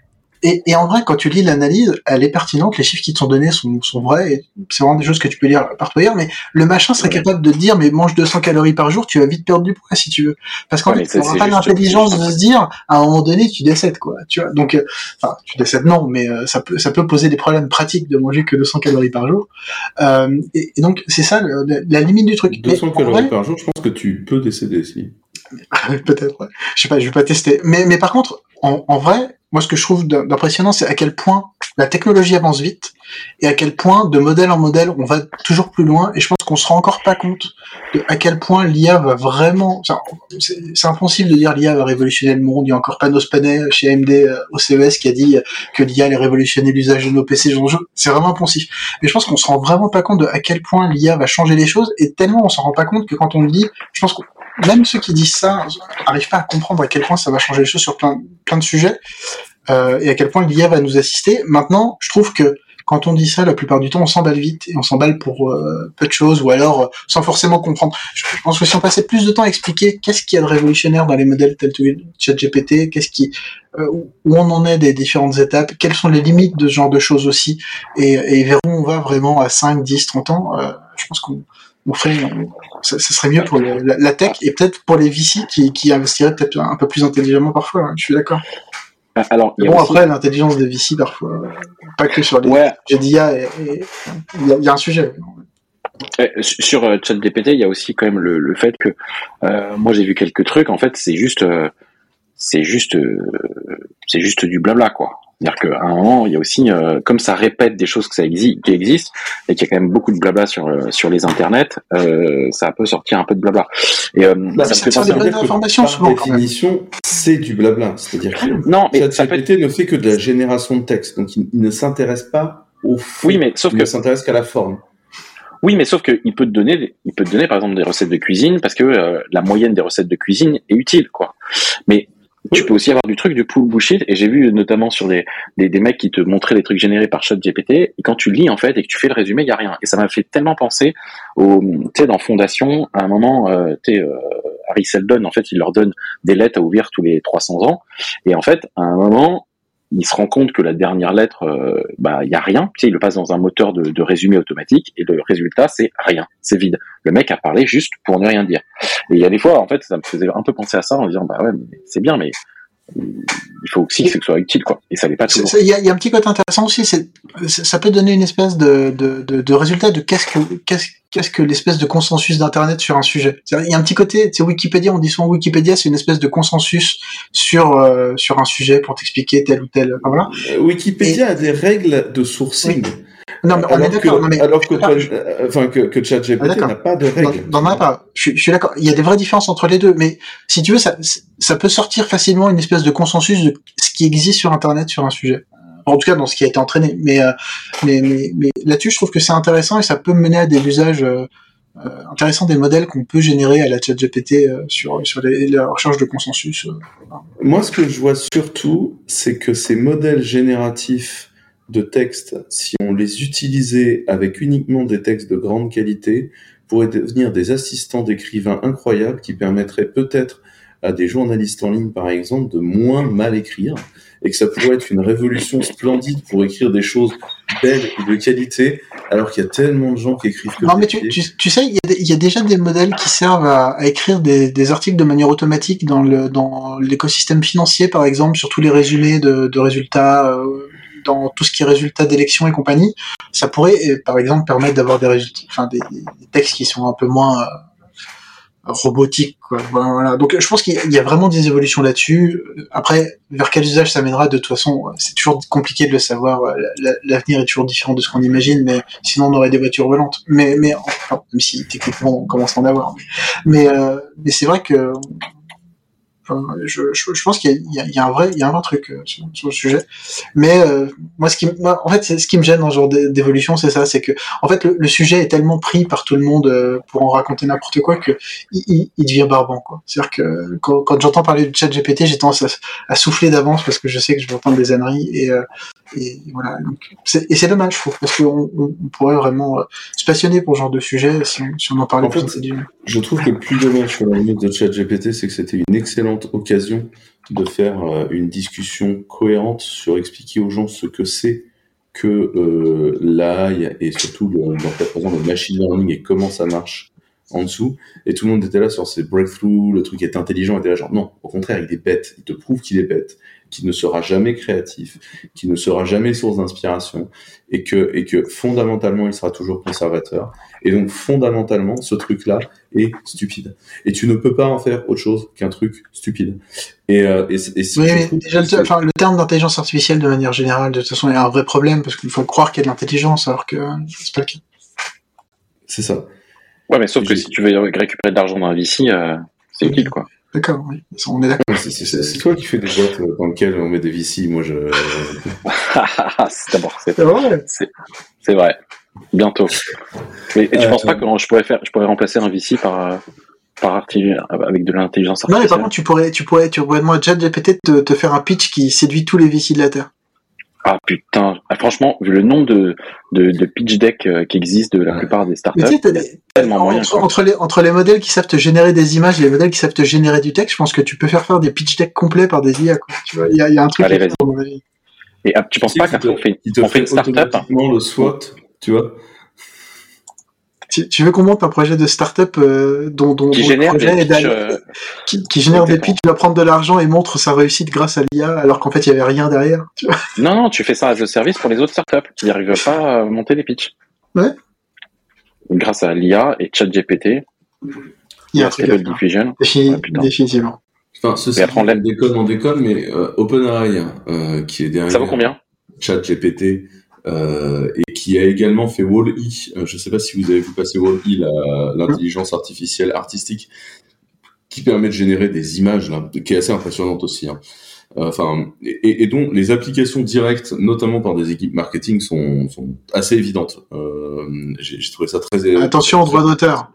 Et, et en vrai, quand tu lis l'analyse, elle est pertinente, les chiffres qui te sont donnés sont, sont vrais, et c'est vraiment des choses que tu peux lire par toi hier, mais le machin serait capable de te dire, mais mange deux cents calories par jour, tu vas vite perdre du poids si tu veux. Parce qu'en ouais, fait, on n'a pas l'intelligence de se dire, à un moment donné, tu décèdes, quoi, tu vois. Donc, euh, enfin, tu décèdes non, mais euh, ça peut, ça peut poser des problèmes pratiques de manger que deux cents calories par jour. Euh, et, et donc, c'est ça, le, la, la limite du truc. deux cents calories vrai, par jour, je pense que tu peux décéder, si. Peut-être, ouais. Je sais pas, je vais pas tester. Mais, mais par contre, en, en vrai, moi, ce que je trouve d'impressionnant, c'est à quel point la technologie avance vite et à quel point, de modèle en modèle, on va toujours plus loin. Et je pense qu'on se rend encore pas compte de à quel point l'I A va vraiment... C'est, c'est impossible de dire l'I A va révolutionner le monde. Il y a encore Panos Panay chez A M D euh, au C E S qui a dit que l'I A allait révolutionner l'usage de nos P C. C'est vraiment impensif. Mais je pense qu'on se rend vraiment pas compte de à quel point l'I A va changer les choses. Et tellement on s'en rend pas compte que quand on le dit, je pense que même ceux qui disent ça n'arrivent pas à comprendre à quel point ça va changer les choses sur plein, plein de sujets, euh, et à quel point l'I A va nous assister. Maintenant, je trouve que quand on dit ça, la plupart du temps, on s'emballe vite, et on s'emballe pour euh, peu de choses, ou alors euh, sans forcément comprendre. Je pense que si on passait plus de temps à expliquer qu'est-ce qu'il y a de révolutionnaire dans les modèles tels que ChatGPT, qu'est-ce qui, euh, où on en est des différentes étapes, quelles sont les limites de ce genre de choses aussi, et, et vers où on va vraiment à cinq, dix, trente ans, euh, je pense qu'on on ferait, on, ça, ça serait mieux pour le, la, la tech et peut-être pour les V C qui, qui investiraient peut-être un peu plus intelligemment parfois. Hein, je suis d'accord. Alors, bon, aussi... après, l'intelligence des V C parfois, pas que sur les ouais. d'I A, il y, y a un sujet. Euh, sur euh, ChatGPT, il y a aussi quand même le, le fait que euh, moi j'ai vu quelques trucs. En fait, c'est juste, euh, c'est juste, euh, c'est juste du blabla, quoi. C'est-à-dire qu'à un moment, il y a aussi, euh, comme ça répète des choses que ça existe, qui existent, et qu'il y a quand même beaucoup de blabla sur euh, sur les internets, euh, ça peut sortir un peu de blabla. Et euh, bah, ça, ça me fait penser des informations par souvent. Définition, c'est du blabla. C'est-à-dire que non, mais ChatGPT fait... ne fait que de la génération de texte, donc il, il ne s'intéresse pas au fond. Oui, mais sauf il que ne s'intéresse qu'à la forme. Oui, mais sauf que il peut te donner, il peut te donner par exemple des recettes de cuisine parce que euh, la moyenne des recettes de cuisine est utile, quoi. Mais tu peux aussi avoir du truc de pool bullshit, et j'ai vu notamment sur des, des, des mecs qui te montraient des trucs générés par ChatGPT, et quand tu lis en fait et que tu fais le résumé, il y a rien. Et ça m'a fait tellement penser au, tu sais, dans Fondation, à un moment, euh, tu sais, euh, Harry Seldon, en fait, il leur donne des lettres à ouvrir tous les trois cents ans, et en fait, à un moment, il se rend compte que la dernière lettre, euh, bah, il y a rien. Tu sais, il le passe dans un moteur de, de résumé automatique, et le résultat, c'est rien. C'est vide. Le mec a parlé juste pour ne rien dire. Et il y a des fois, en fait, ça me faisait un peu penser à ça en disant, bah ouais, mais c'est bien, mais il faut aussi que ce soit utile, quoi. Et ça l'est pas toujours. Il y a, y a un petit côté intéressant aussi, c'est, ça peut donner une espèce de, de, de, de résultat de qu'est-ce que, qu'est-ce, qu'est-ce que l'espèce de consensus d'internet sur un sujet. Il y a un petit côté, c'est Wikipédia, on dit souvent Wikipédia, c'est une espèce de consensus sur, euh, sur un sujet pour t'expliquer tel ou tel, enfin, voilà. Wikipédia Et... a des règles de sourcing. Oui. Non, mais on alors est d'accord. Que, non, mais, alors que, toi, je... enfin, que, que ChatGPT n'a pas de règles. Non, non, pas. Je, je suis d'accord. Il y a des vraies différences entre les deux, mais si tu veux, ça, ça peut sortir facilement une espèce de consensus de ce qui existe sur Internet sur un sujet. En tout cas, dans ce qui a été entraîné. Mais, euh, mais, mais, mais là-dessus, je trouve que c'est intéressant et ça peut mener à des usages euh, euh, intéressants des modèles qu'on peut générer à la ChatGPT euh, sur, sur les, la recherche de consensus. Euh, voilà. Moi, ce que je vois surtout, c'est que ces modèles génératifs de textes, si on les utilisait avec uniquement des textes de grande qualité, pourraient devenir des assistants d'écrivains incroyables qui permettraient peut-être à des journalistes en ligne, par exemple, de moins mal écrire, et que ça pourrait être une révolution splendide pour écrire des choses belles et de qualité, alors qu'il y a tellement de gens qui écrivent que... Non, mais tu, tu, tu sais, il y, a il y a déjà des modèles qui servent à, à écrire des, des articles de manière automatique dans, le, dans l'écosystème financier, par exemple, sur tous les résumés de, de résultats... Euh, dans tout ce qui est résultats d'élections et compagnie, ça pourrait, par exemple, permettre d'avoir des résultats, enfin, des, des textes qui sont un peu moins, euh, robotique, quoi. Voilà. Donc, je pense qu'il y a vraiment des évolutions là-dessus. Après, vers quel usage ça mènera, de toute façon, c'est toujours compliqué de le savoir. L'avenir est toujours différent de ce qu'on imagine, mais sinon on aurait des voitures volantes. Mais, mais, enfin, même si techniquement on commence à en avoir. Mais, euh, mais c'est vrai que, enfin, je, je, je pense qu'il y a, il y a un vrai, il y a un vrai truc euh, sur, sur le sujet. Mais euh, moi, ce qui, moi, en fait, c'est ce qui me gêne dans ce genre d'évolution, c'est ça, c'est que, en fait, le, le sujet est tellement pris par tout le monde euh, pour en raconter n'importe quoi que il, il, il devient barbant, quoi. C'est-à-dire que quand, quand j'entends parler de ChatGPT, j'ai tendance à, à souffler d'avance parce que je sais que je vais entendre des âneries et euh, et voilà. Donc, c'est, et c'est dommage, je trouve, parce qu'on on, on pourrait vraiment euh, se passionner pour ce genre de sujet si on, si on en parlait En plus. fait, je trouve que le plus dommage sur la limite de ChatGPT, c'est que c'était une excellente occasion de faire euh, une discussion cohérente sur expliquer aux gens ce que c'est que euh, l'A I et surtout le, dans le cas présent le machine learning et comment ça marche en dessous. Et tout le monde était là sur ces breakthroughs, le truc est intelligent, était là genre non, au contraire, il est bête, il te prouve qu'il est bête, qu'il ne sera jamais créatif, qu'il ne sera jamais source d'inspiration, et que, et que fondamentalement, il sera toujours conservateur. Et donc, fondamentalement, ce truc-là est stupide. Et tu ne peux pas en faire autre chose qu'un truc stupide. Et, euh, et, et oui, mais déjà, le, enfin, le terme d'intelligence artificielle, de manière générale, de toute façon, est un vrai problème, parce qu'il faut croire qu'il y a de l'intelligence, alors que c'est pas le cas. C'est ça. Ouais, mais sauf que si tu veux récupérer de l'argent dans un V C, euh, c'est utile, quoi. D'accord, oui. On est d'accord. C'est, c'est, c'est, c'est toi qui fais des boîtes dans lesquelles on met des V C, moi je... c'est d'abord, c'est... c'est... c'est vrai. Bientôt. Mais et tu euh, penses pas que je pourrais faire, je pourrais remplacer un V C par, par arti- avec de l'intelligence artificielle? Non, mais par contre, tu pourrais, tu pourrais, tu pourrais demander à ChatGPT de te, te faire un pitch qui séduit tous les V C de la Terre. Ah putain, ah, franchement, vu le nombre de, de, de pitch decks euh, qui existent de la plupart des startups, mais tu sais, t'as des, tellement moyen. Entre, entre, les, entre les modèles qui savent te générer des images et les modèles qui savent te générer du texte, je pense que tu peux faire faire des pitch decks complets par des I A, quoi. Tu vois, il y a, y a un truc. Allez, vas-y. Et ah, tu penses pas qu'on fait, on fait une startup? Le SWOT, tu vois. Tu, tu veux qu'on monte un projet de start-up euh, dont, dont, qui dont génère le projet des est pitch, euh... qui, qui génère des pitchs, qui va prendre de l'argent et montre sa réussite grâce à l'I A, alors qu'en fait il y avait rien derrière. Tu vois. Non, non, tu fais ça as a service pour les autres startups qui n'arrivent pas à monter des pitchs. Ouais. Grâce à l'I A et ChatGPT. Il y a un truc à Diffusion. Défi- ah, définitivement. Enfin, ceci on déconne, on déconne, mais euh, OpenAI, euh, qui est derrière. Ça vaut combien? ChatGPT. Euh, et qui a également fait Wall-E. Euh, je ne sais pas si vous avez vu passer Wall-E, la, l'intelligence artificielle artistique, qui permet de générer des images, là, qui est assez impressionnante aussi. Hein. Enfin, et, et dont les applications directes, notamment par des équipes marketing, sont, sont assez évidentes. Euh, j'ai, j'ai trouvé ça très. Attention aux droits d'auteur.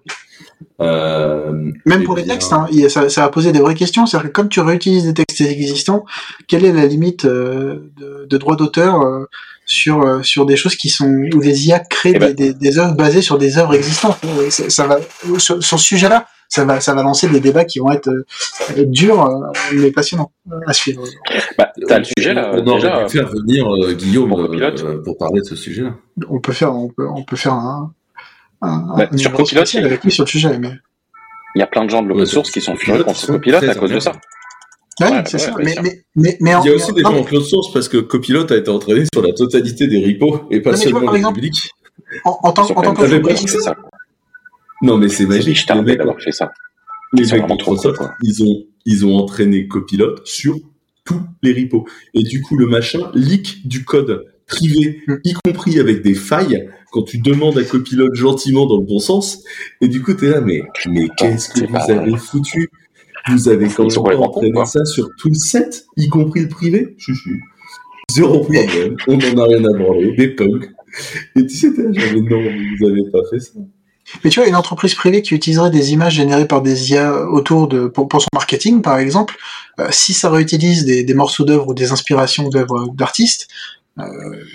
Euh, Même pour les bien... textes, hein, ça, ça a posé des vraies questions. C'est-à-dire que comme tu réutilises des textes existants, quelle est la limite euh, de, de droits d'auteur euh, sur euh, sur des choses qui sont où les I A créent ben... des, des, des œuvres basées sur des œuvres existantes. Ça, ça va sur, sur ce sujet-là, ça va ça va lancer des débats qui vont être euh, durs euh, mais passionnants à suivre. Bah, t'as le sujet là. On déjà, aurait pu faire venir euh, Guillaume pour, euh, pour parler de ce sujet-là. On peut faire on peut on peut faire un Un, bah, un sur Copilot, il avec lui sur le sujet, mais il y a plein de gens de l'open source qui sont furieux contre Copilot à cause de ça. Ouais, ouais c'est ouais, ça. Mais, mais, mais, mais il y a aussi des gens en closed source parce que Copilot a été entraîné sur la totalité des repos et pas non, seulement vois, les exemple, publics. En, en tant, en tant qu'entreprise, c'est ça. Non, mais c'est magique. Je t'arrête d'avoir fait ça. Les mecs de Microsoft, ils ont, ils ont entraîné Copilot sur tous les repos. Et du coup, le machin leak du code privé, mm. y compris avec des failles, quand tu demandes à Copilot gentiment dans le bon sens, et du coup, t'es là, mais, mais qu'est-ce que vous avez foutu? Vous avez quand même pas entraîné ça sur tout le set, y compris le privé? Je suis zéro problème, on n'en a rien à branler, des punks. Et tu sais, t'es là, genre, mais non, vous avez pas fait ça. Mais tu vois, une entreprise privée qui utiliserait des images générées par des I A autour de, pour, pour son marketing, par exemple, euh, si ça réutilise des, des morceaux d'œuvres ou des inspirations d'œuvres d'artistes, euh,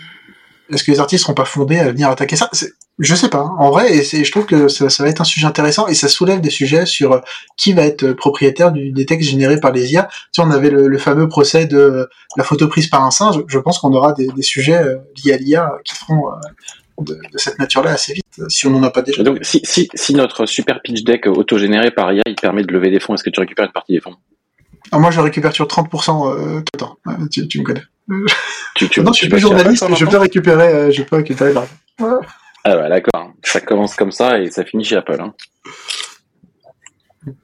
est-ce que les artistes seront pas fondés à venir attaquer ça? C'est, je sais pas. En vrai, et c'est, je trouve que ça, ça va être un sujet intéressant et ça soulève des sujets sur qui va être propriétaire du, des textes générés par les I A. Tu sais, on avait le, le fameux procès de la photo prise par un singe. Je pense qu'on aura des, des sujets liés à l'I A qui feront euh, de, de cette nature-là assez vite, si on n'en a pas déjà. Donc, si, si, si notre super pitch deck autogénéré par I A, il permet de lever des fonds, est-ce que tu récupères une partie des fonds? Ah, moi, je récupère sur trente pour cent euh, tout le temps. Tu, tu me connais. Tu, tu, non, tu je suis plus journaliste, je peux récupérer, euh, je peux récupérer l'argent. Ouais. Ah bah d'accord. Ça commence comme ça et ça finit chez Apple. Hein.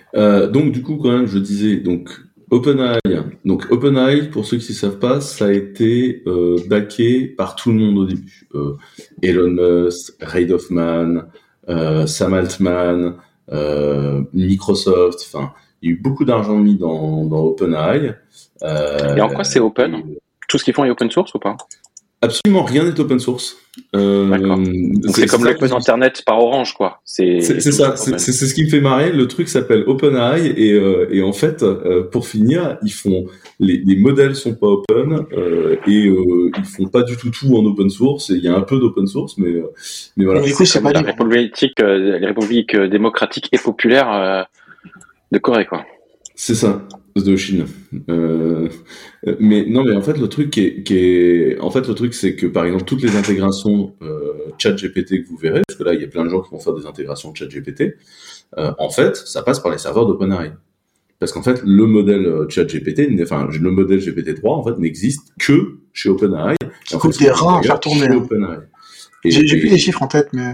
Euh, donc du coup, quand même, je disais, donc OpenAI. Donc OpenAI, pour ceux qui ne savent pas, ça a été euh, backé par tout le monde au début. Euh, Elon Musk, Reid Hoffman, euh, Sam Altman, euh, Microsoft. Enfin, il y a eu beaucoup d'argent mis dans, dans OpenAI. Euh, Et en quoi c'est open ? Tout ce qu'ils font est open source ou pas ? Absolument rien n'est open source. Euh, D'accord. Donc c'est, c'est comme l'open internet par Orange, quoi. C'est, c'est, c'est ça, c'est, c'est, c'est ce qui me fait marrer. Le truc s'appelle OpenAI et, euh, et en fait, euh, pour finir, ils font les, les modèles sont pas open euh, et euh, ils font pas du tout tout en open source. Il y a un peu d'open source, mais euh, mais voilà. Du coup, c'est, c'est pas la République, euh, les républiques démocratiques et populaires euh, de Corée, quoi. C'est ça. De Chine. Euh, mais non, mais en fait, le truc qui est, qui est, en fait, le truc, c'est que par exemple, toutes les intégrations euh, ChatGPT que vous verrez, parce que là, il y a plein de gens qui vont faire des intégrations ChatGPT, euh, en fait, ça passe par les serveurs d'OpenAI. Parce qu'en fait, le modèle ChatGPT, enfin, le modèle G P T trois, en fait, n'existe que chez OpenAI. Ça coûte des reins à faire tourner. Et, j'ai, j'ai et, plus les chiffres en tête, mais.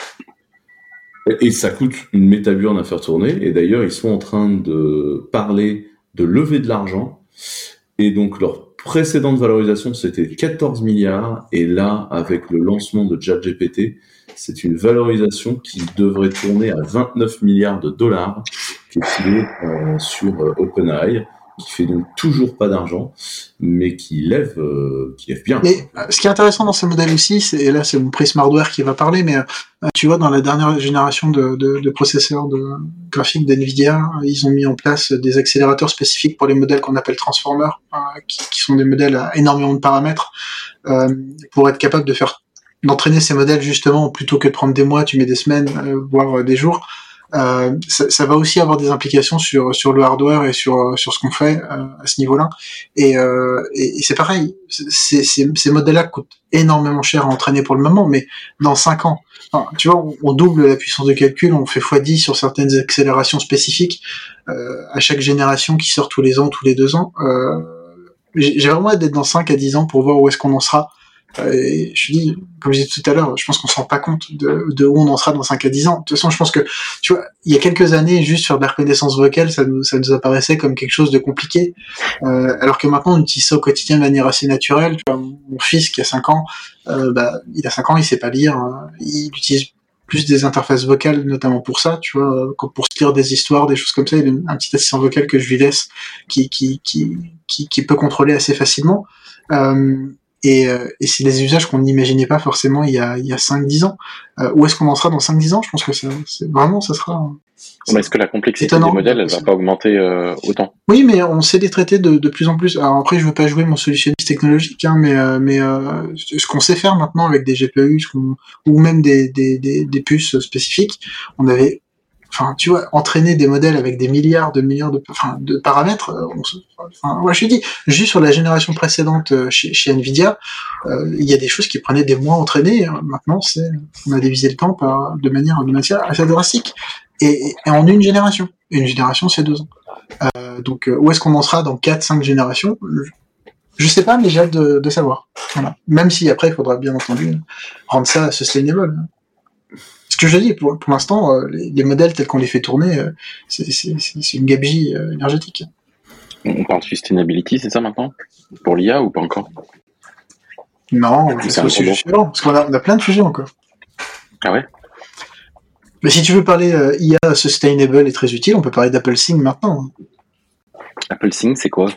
Et ça coûte une métaburne à faire tourner. Et d'ailleurs, ils sont en train de parler de lever de l'argent, et donc leur précédente valorisation c'était quatorze milliards, et là avec le lancement de ChatGPT, c'est une valorisation qui devrait tourner à vingt-neuf milliards de dollars, qui est filée euh, sur euh, OpenAI, qui fait donc toujours pas d'argent, mais qui lève, euh, qui lève bien. Et ce qui est intéressant dans ce modèle aussi, c'est, et là c'est mon Prism Hardware qui va parler, mais euh, tu vois, dans la dernière génération de, de, de processeurs de graphiques d'NVIDIA, ils ont mis en place des accélérateurs spécifiques pour les modèles qu'on appelle transformers, euh, qui, qui sont des modèles à énormément de paramètres, euh, pour être capable de faire d'entraîner ces modèles justement, plutôt que de prendre des mois, tu mets des semaines, euh, voire des jours. Euh, ça, ça va aussi avoir des implications sur sur le hardware et sur sur ce qu'on fait euh, à ce niveau-là. Et, euh, et, et c'est pareil, c'est, c'est, ces modèles-là coûtent énormément cher à entraîner pour le moment, mais dans cinq ans, enfin, tu vois, on, on double la puissance de calcul, on fait fois dix sur certaines accélérations spécifiques euh, à chaque génération qui sort tous les ans, tous les deux ans. Euh, j'ai, j'ai vraiment hâte d'être dans cinq à dix ans pour voir où est-ce qu'on en sera. Et je dis, comme je disais tout à l'heure, je pense qu'on se rend pas compte de, de où on en sera dans cinq à dix ans. De toute façon, je pense que, tu vois, il y a quelques années, juste faire de la reconnaissance vocale, ça nous, ça nous apparaissait comme quelque chose de compliqué. Euh, alors que maintenant, on utilise ça au quotidien de manière assez naturelle. Tu vois, mon fils qui a cinq ans, euh, bah, il a cinq ans, il sait pas lire. Hein. Il utilise plus des interfaces vocales, notamment pour ça, tu vois, pour se lire des histoires, des choses comme ça. Il y a un petit assistant vocal que je lui laisse qui, qui, qui, qui, qui peut contrôler assez facilement. Euh, Et, euh, et c'est des usages qu'on n'imaginait pas forcément il y a, il y a cinq dix ans. Euh, où est-ce qu'on en sera dans cinq dix ans ? Je pense que ça, c'est, vraiment, ça sera... Ça Mais est-ce que la complexité étonnant, des modèles, elle va pas augmenter euh, autant ? Oui, mais on sait les traiter de, de plus en plus. Alors après, je veux pas jouer mon solutionniste technologique, hein, mais, euh, mais euh, ce qu'on sait faire maintenant avec des G P U, ce qu'on, ou même des, des, des, des puces spécifiques, on avait... Enfin, tu vois, entraîner des modèles avec des milliards de milliards de, enfin, de paramètres. On se, enfin, moi, je te dis, juste sur la génération précédente chez, chez Nvidia, euh, il y a des choses qui prenaient des mois à entraîner. Maintenant, c'est, on a divisé le temps par, de manière, de manière assez drastique. Et, et en une génération. Une génération, c'est deux ans. Euh, donc, où est-ce qu'on en sera dans quatre, cinq générations ? Je sais pas, mais j'ai hâte de, de savoir. Voilà. Même si après, il faudra bien entendu rendre ça sustainable. Ce que je dis, pour, pour l'instant, euh, les, les modèles tels qu'on les fait tourner, euh, c'est, c'est, c'est une gabegie euh, énergétique. On parle de sustainability, c'est ça maintenant ? Pour l'I A ou pas encore ? Non, c'est, c'est au sujet suivant, parce qu'on a, on a plein de sujets encore. Ah ouais ? Mais si tu veux parler euh, I A sustainable et très utile, on peut parler d'Apple Sing maintenant. Apple Sing, c'est quoi ?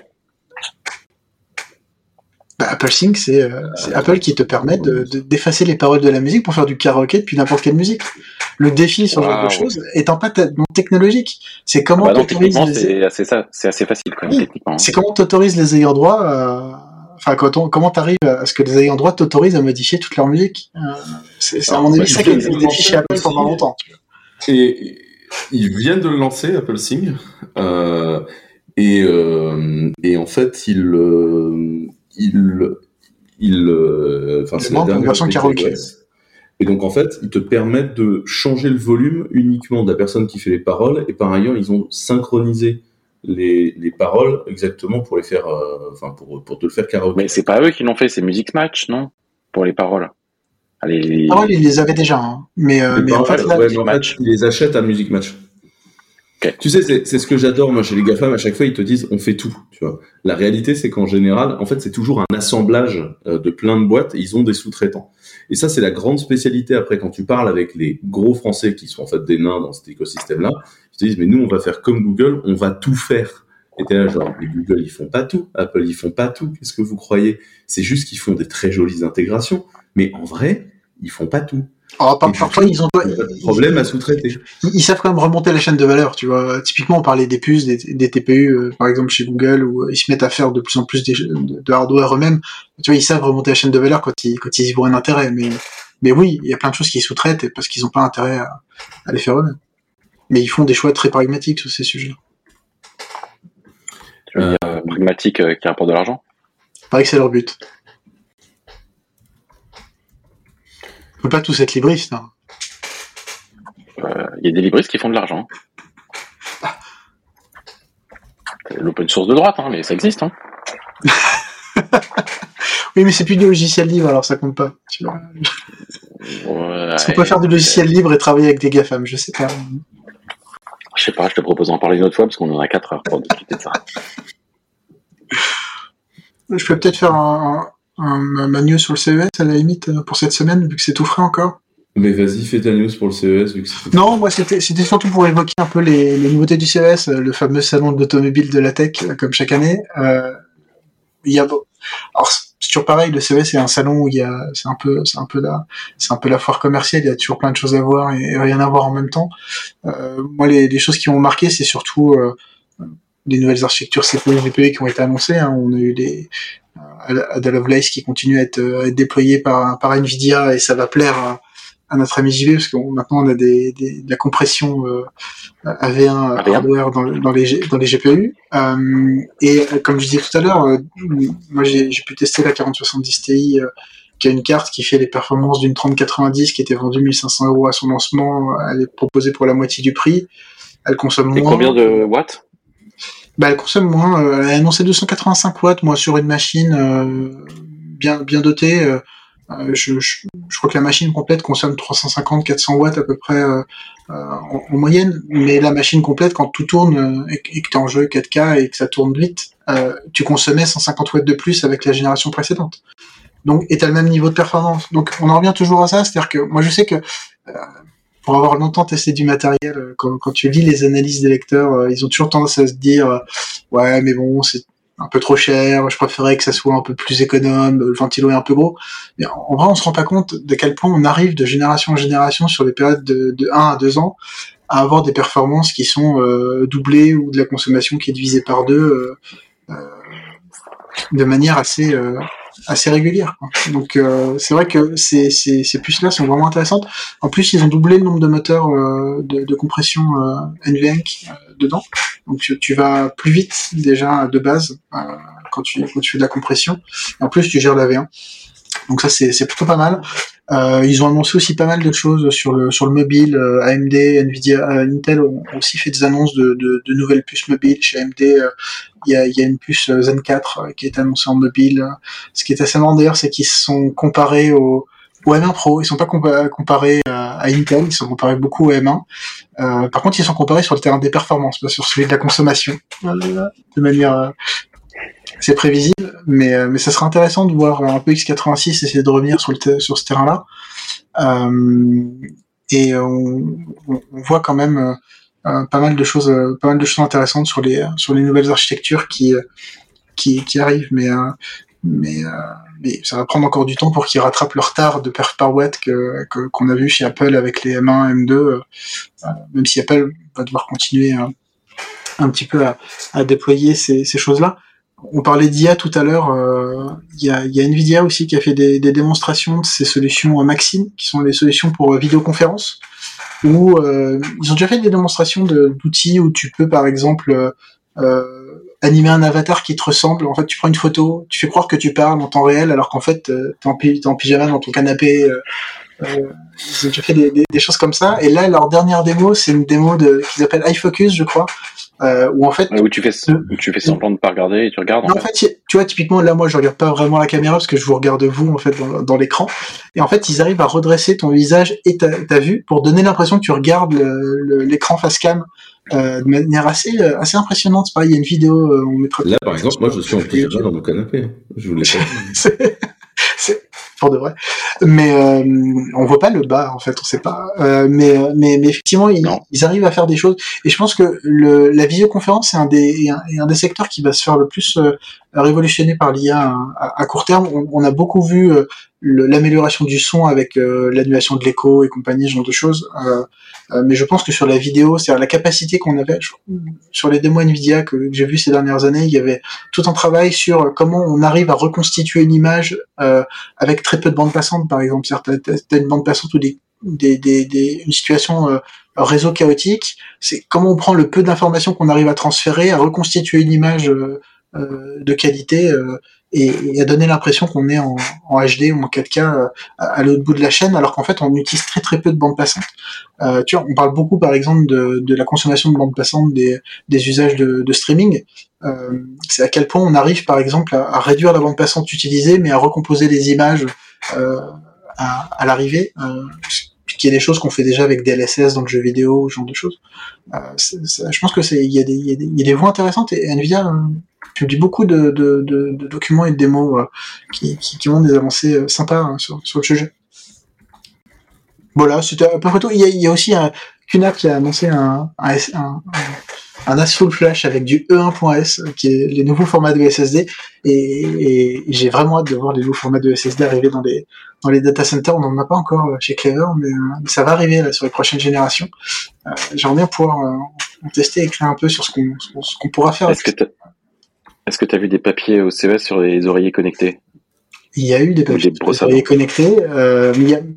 Bah, Apple Sing, c'est, euh, c'est Apple qui te permet de, de, d'effacer les paroles de la musique pour faire du karaoké depuis n'importe quelle musique. Le défi sur ce wow. genre de choses étant pas t- non technologique. C'est comment bah t'autorises non, les... c'est assez, ça, c'est assez facile quand même, oui. techniquement. C'est comment t'autorises les ayants droit, euh... enfin, quand on, comment t'arrives à ce que les ayants droit t'autorisent à modifier toute leur musique. Euh, c'est, c'est à mon avis bah, ça qui est le défi chez Apple pendant longtemps. Et ils viennent de le lancer, Apple Sing, euh, et, euh, et en fait, ils... Euh, il, il, enfin, euh, c'est la dernière version karaoké. Et donc, en fait, ils te permettent de changer le volume uniquement de la personne qui fait les paroles. Et par ailleurs, ils ont synchronisé les, les paroles exactement pour les faire, euh, enfin, pour, pour te le faire karaoké. Mais c'est pas eux qui l'ont fait, c'est Music Match, non ? Pour les paroles. Allez, les paroles, ils les avaient déjà, hein. Mais, euh, mais paroles, en fait, là, ouais, mais en fait, ils les achètent à Music Match. Okay. Tu sais, c'est, c'est ce que j'adore, moi, chez les GAFAM, à chaque fois, ils te disent, on fait tout, tu vois. La réalité, c'est qu'en général, en fait, c'est toujours un assemblage euh, de plein de boîtes, et ils ont des sous-traitants. Et ça, c'est la grande spécialité, après, quand tu parles avec les gros Français, qui sont en fait des nains dans cet écosystème-là, ils te disent, mais nous, on va faire comme Google, on va tout faire. Et t'es là, genre, mais Google, ils font pas tout, Apple, ils font pas tout, qu'est-ce que vous croyez? C'est juste qu'ils font des très jolies intégrations, mais en vrai, ils font pas tout. Alors, par, parfois, ils ont pas de problème à sous-traiter. Ils, ils savent quand même remonter la chaîne de valeur, tu vois. Typiquement, on parlait des puces, des, des T P U, euh, par exemple chez Google, où euh, ils se mettent à faire de plus en plus des, de, de hardware eux-mêmes. Tu vois, ils savent remonter la chaîne de valeur quand ils, quand ils y voient un intérêt. Mais, mais oui, il y a plein de choses qu'ils sous-traitent parce qu'ils n'ont pas intérêt à, à les faire eux-mêmes. Mais ils font des choix très pragmatiques sur ces sujets. Tu veux dire euh, pragmatique euh, qui rapporte de l'argent? Il paraît que c'est leur but. On peut pas tous être libristes, hein. Il euh, y a des libristes qui font de l'argent. C'est l'open source de droite, hein, mais ça existe. Hein. Oui, mais c'est plus du logiciel libre, alors ça compte pas. Tu vois. Ouais, Est-ce qu'on peut faire du logiciel libre et travailler avec des GAFAM? Je sais pas. Je sais pas, je te propose d'en parler une autre fois, parce qu'on en a quatre heures pour discuter de ça. Je peux peut-être faire un, un, un, ma news sur le C E S, à la limite, pour cette semaine, vu que c'est tout frais encore. Mais vas-y, fais ta news pour le C E S, vu que c'est... Non, moi, c'était, c'était surtout pour évoquer un peu les, les nouveautés du C E S, le fameux salon de l'automobile de la tech, comme chaque année. Euh, il y a, alors, c'est toujours pareil, le C E S, c'est un salon où il y a, c'est un peu, c'est un peu la, c'est un peu la foire commerciale, il y a toujours plein de choses à voir et, et rien à voir en même temps. Euh, moi, les, les choses qui m'ont marqué, c'est surtout, euh, les nouvelles architectures C P U et G P U qui ont été annoncées, hein. On a eu des, euh, Ada Lovelace qui continue à être, à être déployé par, par Nvidia et ça va plaire à, à notre ami J V, parce que maintenant on a des, des, de la compression euh, A V un hardware dans, dans, les, dans les G P U. Euh, et comme je disais tout à l'heure, euh, moi j'ai, j'ai pu tester la quarante soixante-dix Ti, euh, qui a une carte qui fait les performances d'une trente quatre-vingt-dix, qui était vendue mille cinq cents euros à son lancement. Elle est proposée pour la moitié du prix. Elle consomme moins. Et combien de watts? Bah, elle consomme moins. Euh, elle a annoncé deux cent quatre-vingt-cinq watts, moi, sur une machine euh, bien bien dotée. Euh, je, je, je crois que la machine complète consomme trois cent cinquante à quatre cents watts à peu près euh, euh, en, en moyenne. Mais la machine complète, quand tout tourne euh, et, et que t'es en jeu quatre K et que ça tourne vite, euh, tu consommais cent cinquante watts de plus avec la génération précédente. Donc, et t'as le même niveau de performance. Donc, on en revient toujours à ça. C'est-à-dire que moi, je sais que euh, pour avoir longtemps testé du matériel, quand, quand tu lis les analyses des lecteurs, euh, ils ont toujours tendance à se dire euh, ouais, mais bon, c'est un peu trop cher, je préférais que ça soit un peu plus économe, le ventilo est un peu gros. Mais en, en vrai, on se rend pas compte de quel point on arrive de génération en génération sur les périodes de, de un à deux ans à avoir des performances qui sont euh, doublées ou de la consommation qui est divisée par deux euh, euh, de manière assez... Euh, assez régulière, quoi. Donc euh, c'est vrai que ces, ces, ces puces-là sont vraiment intéressantes. En plus, ils ont doublé le nombre de moteurs euh, de, de compression euh, NVENC euh, dedans. Donc tu, tu vas plus vite déjà de base euh, quand, tu, quand tu fais de la compression. Et en plus, tu gères la V un. Donc ça, c'est, c'est plutôt pas mal. Euh, ils ont annoncé aussi pas mal de choses sur le sur le mobile. Euh, A M D, Nvidia, euh, Intel ont aussi fait des annonces de, de, de nouvelles puces mobiles. Chez A M D, euh, il y a, y a une puce Zen quatre euh, qui est annoncée en mobile. Ce qui est assez marrant d'ailleurs, c'est qu'ils se sont comparés au, au M un Pro. Ils sont pas compa- comparés à, à Intel, ils sont comparés beaucoup au M un. Euh, par contre, ils sont comparés sur le terrain des performances, pas sur celui de la consommation, de manière euh, c'est prévisible, mais euh, mais ça serait intéressant de voir un peu x quatre-vingt-six essayer de revenir sur le te- sur ce terrain-là. Euh, et on, on voit quand même euh, euh, pas mal de choses, euh, pas mal de choses intéressantes sur les sur les nouvelles architectures qui qui qui arrivent, mais euh, mais euh, mais ça va prendre encore du temps pour qu'ils rattrapent le retard de perf par watt que, que qu'on a vu chez Apple avec les M un, M deux. Euh, même si Apple va devoir continuer un, un petit peu à, à déployer ces, ces choses-là. On parlait d'I A tout à l'heure, il euh, y, a, y a Nvidia aussi qui a fait des, des démonstrations de ces solutions Maxine, qui sont des solutions pour euh, vidéoconférence, où euh, ils ont déjà fait des démonstrations de, d'outils où tu peux par exemple euh, animer un avatar qui te ressemble. En fait, tu prends une photo, tu fais croire que tu parles en temps réel, alors qu'en fait, euh, t'es, en, t'es en pyjama dans ton canapé. Euh, euh, ils ont déjà fait des, des, des choses comme ça. Et là, leur dernière démo, c'est une démo de, qu'ils appellent iFocus, je crois. Euh, où en fait, où tu fais, où tu fais semblant de pas regarder et tu regardes. En, en fait, fait, tu vois, typiquement, là, moi, je regarde pas vraiment la caméra parce que je vous regarde vous, en fait, dans, dans l'écran. Et en fait, ils arrivent à redresser ton visage et ta, ta vue pour donner l'impression que tu regardes le, le, l'écran face cam euh, de manière assez assez impressionnante. C'est pareil, il y a une vidéo, euh, on mettra. Là, par exemple, moi, je suis en pyjama dans mon canapé. Je voulais pas. c'est, c'est pour de vrai. Mais euh, on voit pas le bas, en fait, on sait pas. Euh, mais, mais mais effectivement, ils, ils arrivent à faire des choses. Et je pense que le, la visioconférence est un des un, un des secteurs qui va se faire le plus euh, révolutionner par l'I A à, à court terme. On, on a beaucoup vu euh, le, l'amélioration du son avec euh, l'annulation de l'écho et compagnie, ce genre de choses. Euh, euh, mais je pense que sur la vidéo, c'est-à-dire la capacité qu'on avait je, sur les démos Nvidia que, que j'ai vu ces dernières années, il y avait tout un travail sur comment on arrive à reconstituer une image euh, avec très peu de bande passante, par exemple. C'est-à-dire, t'as, t'as une bande passante ou des, des, des, des une situation euh, réseau chaotique. C'est comment on prend le peu d'informations qu'on arrive à transférer, à reconstituer une image euh, euh, de qualité. Euh, Et, et à donner l'impression qu'on est en, en H D ou en quatre K euh, à, à l'autre bout de la chaîne, alors qu'en fait on utilise très très peu de bande passante. Euh, tu vois, on parle beaucoup par exemple de, de la consommation de bande passante des, des usages de, de streaming. Euh, c'est à quel point on arrive par exemple à, à réduire la bande passante utilisée, mais à recomposer les images euh, à, à l'arrivée. Euh, qui est des choses qu'on fait déjà avec D L S S dans le jeu vidéo, ce genre de choses. Euh, c'est, c'est, je pense que c'est il y a des il y a des, il y a des voies intéressantes et Nvidia euh, publie beaucoup de, de, de, de documents et de démos euh, qui, qui, qui montrent des avancées euh, sympas hein, sur, sur le sujet. Voilà, c'était à peu près tout. Il y a, il y a aussi un Q NAP qui a annoncé un, un, un, un A S Full Flash avec du E un point S, qui est les nouveaux formats de S S D, et, et, et j'ai vraiment hâte de voir les nouveaux formats de S S D arriver dans les dans les data centers. On n'en a pas encore chez Clever, mais, mais ça va arriver là sur les prochaines générations. Euh, j'aimerais bien pouvoir euh, tester et écrire un peu sur ce qu'on, ce qu'on pourra faire. Est-ce que t'as, est-ce que tu as vu des papiers au C E S sur les oreillers connectés? Il y a eu des papiers sur les oreillers connectés, euh, mais il y a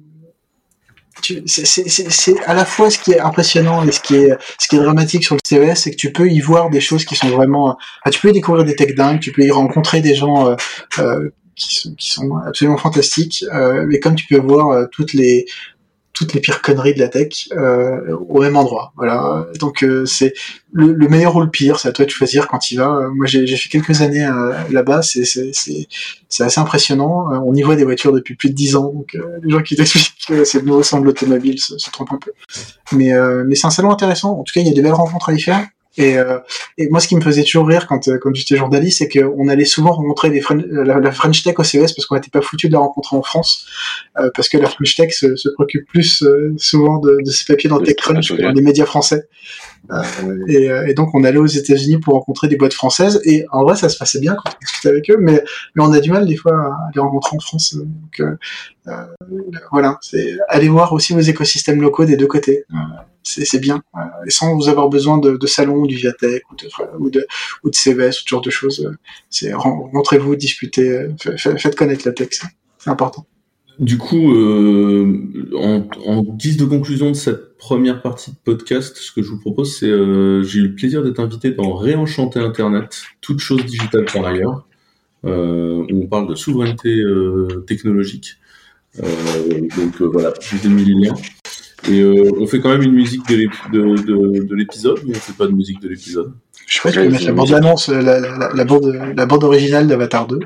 Tu, c'est, c'est, c'est, c'est à la fois ce qui est impressionnant et ce qui est, ce qui est dramatique sur le C E S, c'est que tu peux y voir des choses qui sont vraiment, enfin, tu peux y découvrir des tech dingues, tu peux y rencontrer des gens euh, euh, qui, sont, qui sont absolument fantastiques, euh, mais comme tu peux voir euh, toutes les toutes les pires conneries de la tech euh, au même endroit. Voilà. Donc euh, c'est le, le meilleur ou le pire, c'est à toi de choisir quand tu y vas. Euh, moi j'ai, j'ai fait quelques années euh, là-bas, c'est, c'est, c'est, c'est assez impressionnant. Euh, on y voit des voitures depuis plus de dix ans, donc euh, les gens qui t'expliquent que c'est le nouveau sang de l'automobile se, se trompent un peu. Mais, euh, mais c'est un salon intéressant. En tout cas, il y a des belles rencontres à y faire. Et, euh, et moi, ce qui me faisait toujours rire quand, quand j'étais journaliste, c'est qu'on allait souvent rencontrer les French, la, la French Tech au C E S parce qu'on n'était pas foutu de la rencontrer en France, euh, parce que la French Tech se, se préoccupe plus euh, souvent de, de ces papiers dans TechCrunch que dans les médias français. Euh, et, et donc, on allait aux États-Unis pour rencontrer des boîtes françaises. Et en vrai, ça se passait bien quand on discutait avec eux, mais, mais on a du mal des fois à les rencontrer en France. Donc, euh, euh, voilà, c'est aller voir aussi vos écosystèmes locaux des deux côtés. Euh, c'est, c'est bien, euh, et sans vous avoir besoin de, de salons, du Viatech ou de, ou de ou de C E S ou ce genre de choses. C'est rencontrez-vous, discutez, faites, faites connaître la tech, c'est, c'est important. Du coup, euh, en, en guise de conclusion de cette première partie de podcast, ce que je vous propose, c'est euh, j'ai eu le plaisir d'être invité dans Réenchanter Internet, toutes choses digitales par ailleurs, euh, où on parle de souveraineté euh, technologique. Euh, donc euh, voilà, je vous ai mis les liens. Et euh, on fait quand même une musique de, de, de, de l'épisode, mais on fait pas de musique de l'épisode. Je sais pas si tu peux mettre la bande annonce, la, la, la, la bande, la bande originale d'Avatar deux.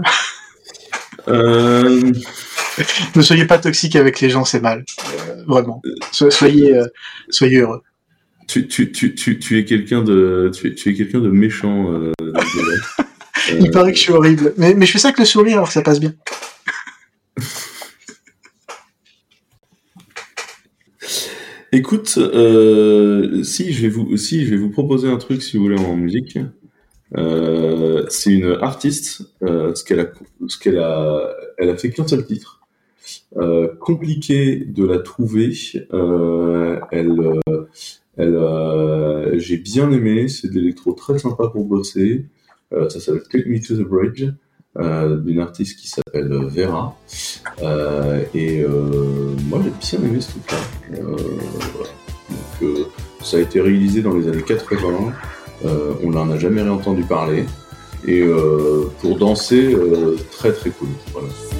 Euh... Ne soyez pas toxique avec les gens, c'est mal. Euh, vraiment. So, soyez, euh, soyez heureux. Tu, tu, tu, tu, tu es quelqu'un de, tu es, tu es quelqu'un de méchant. Euh, euh, Il paraît que je suis horrible, mais, mais je fais ça avec le sourire, alors ça passe bien. Écoute, euh, si je vais vous, si je vais vous proposer un truc, si vous voulez, en musique. Euh, c'est une artiste. Euh, ce qu'elle a, ce qu'elle a, elle a fait qu'un seul titre. Euh, compliqué de la trouver. Euh, elle, euh, elle, euh, j'ai bien aimé. C'est de l'électro très sympa pour bosser. Euh, ça s'appelle Take Me to the Bridge, euh, d'une artiste qui s'appelle Vera. Euh, et euh, moi, j'ai bien aimé ce truc-là. Euh, voilà. Donc, euh, ça a été réalisé dans les années quatre-vingts. Euh, on n'en a jamais réentendu parler. Et euh, pour danser, euh, très très cool. Voilà.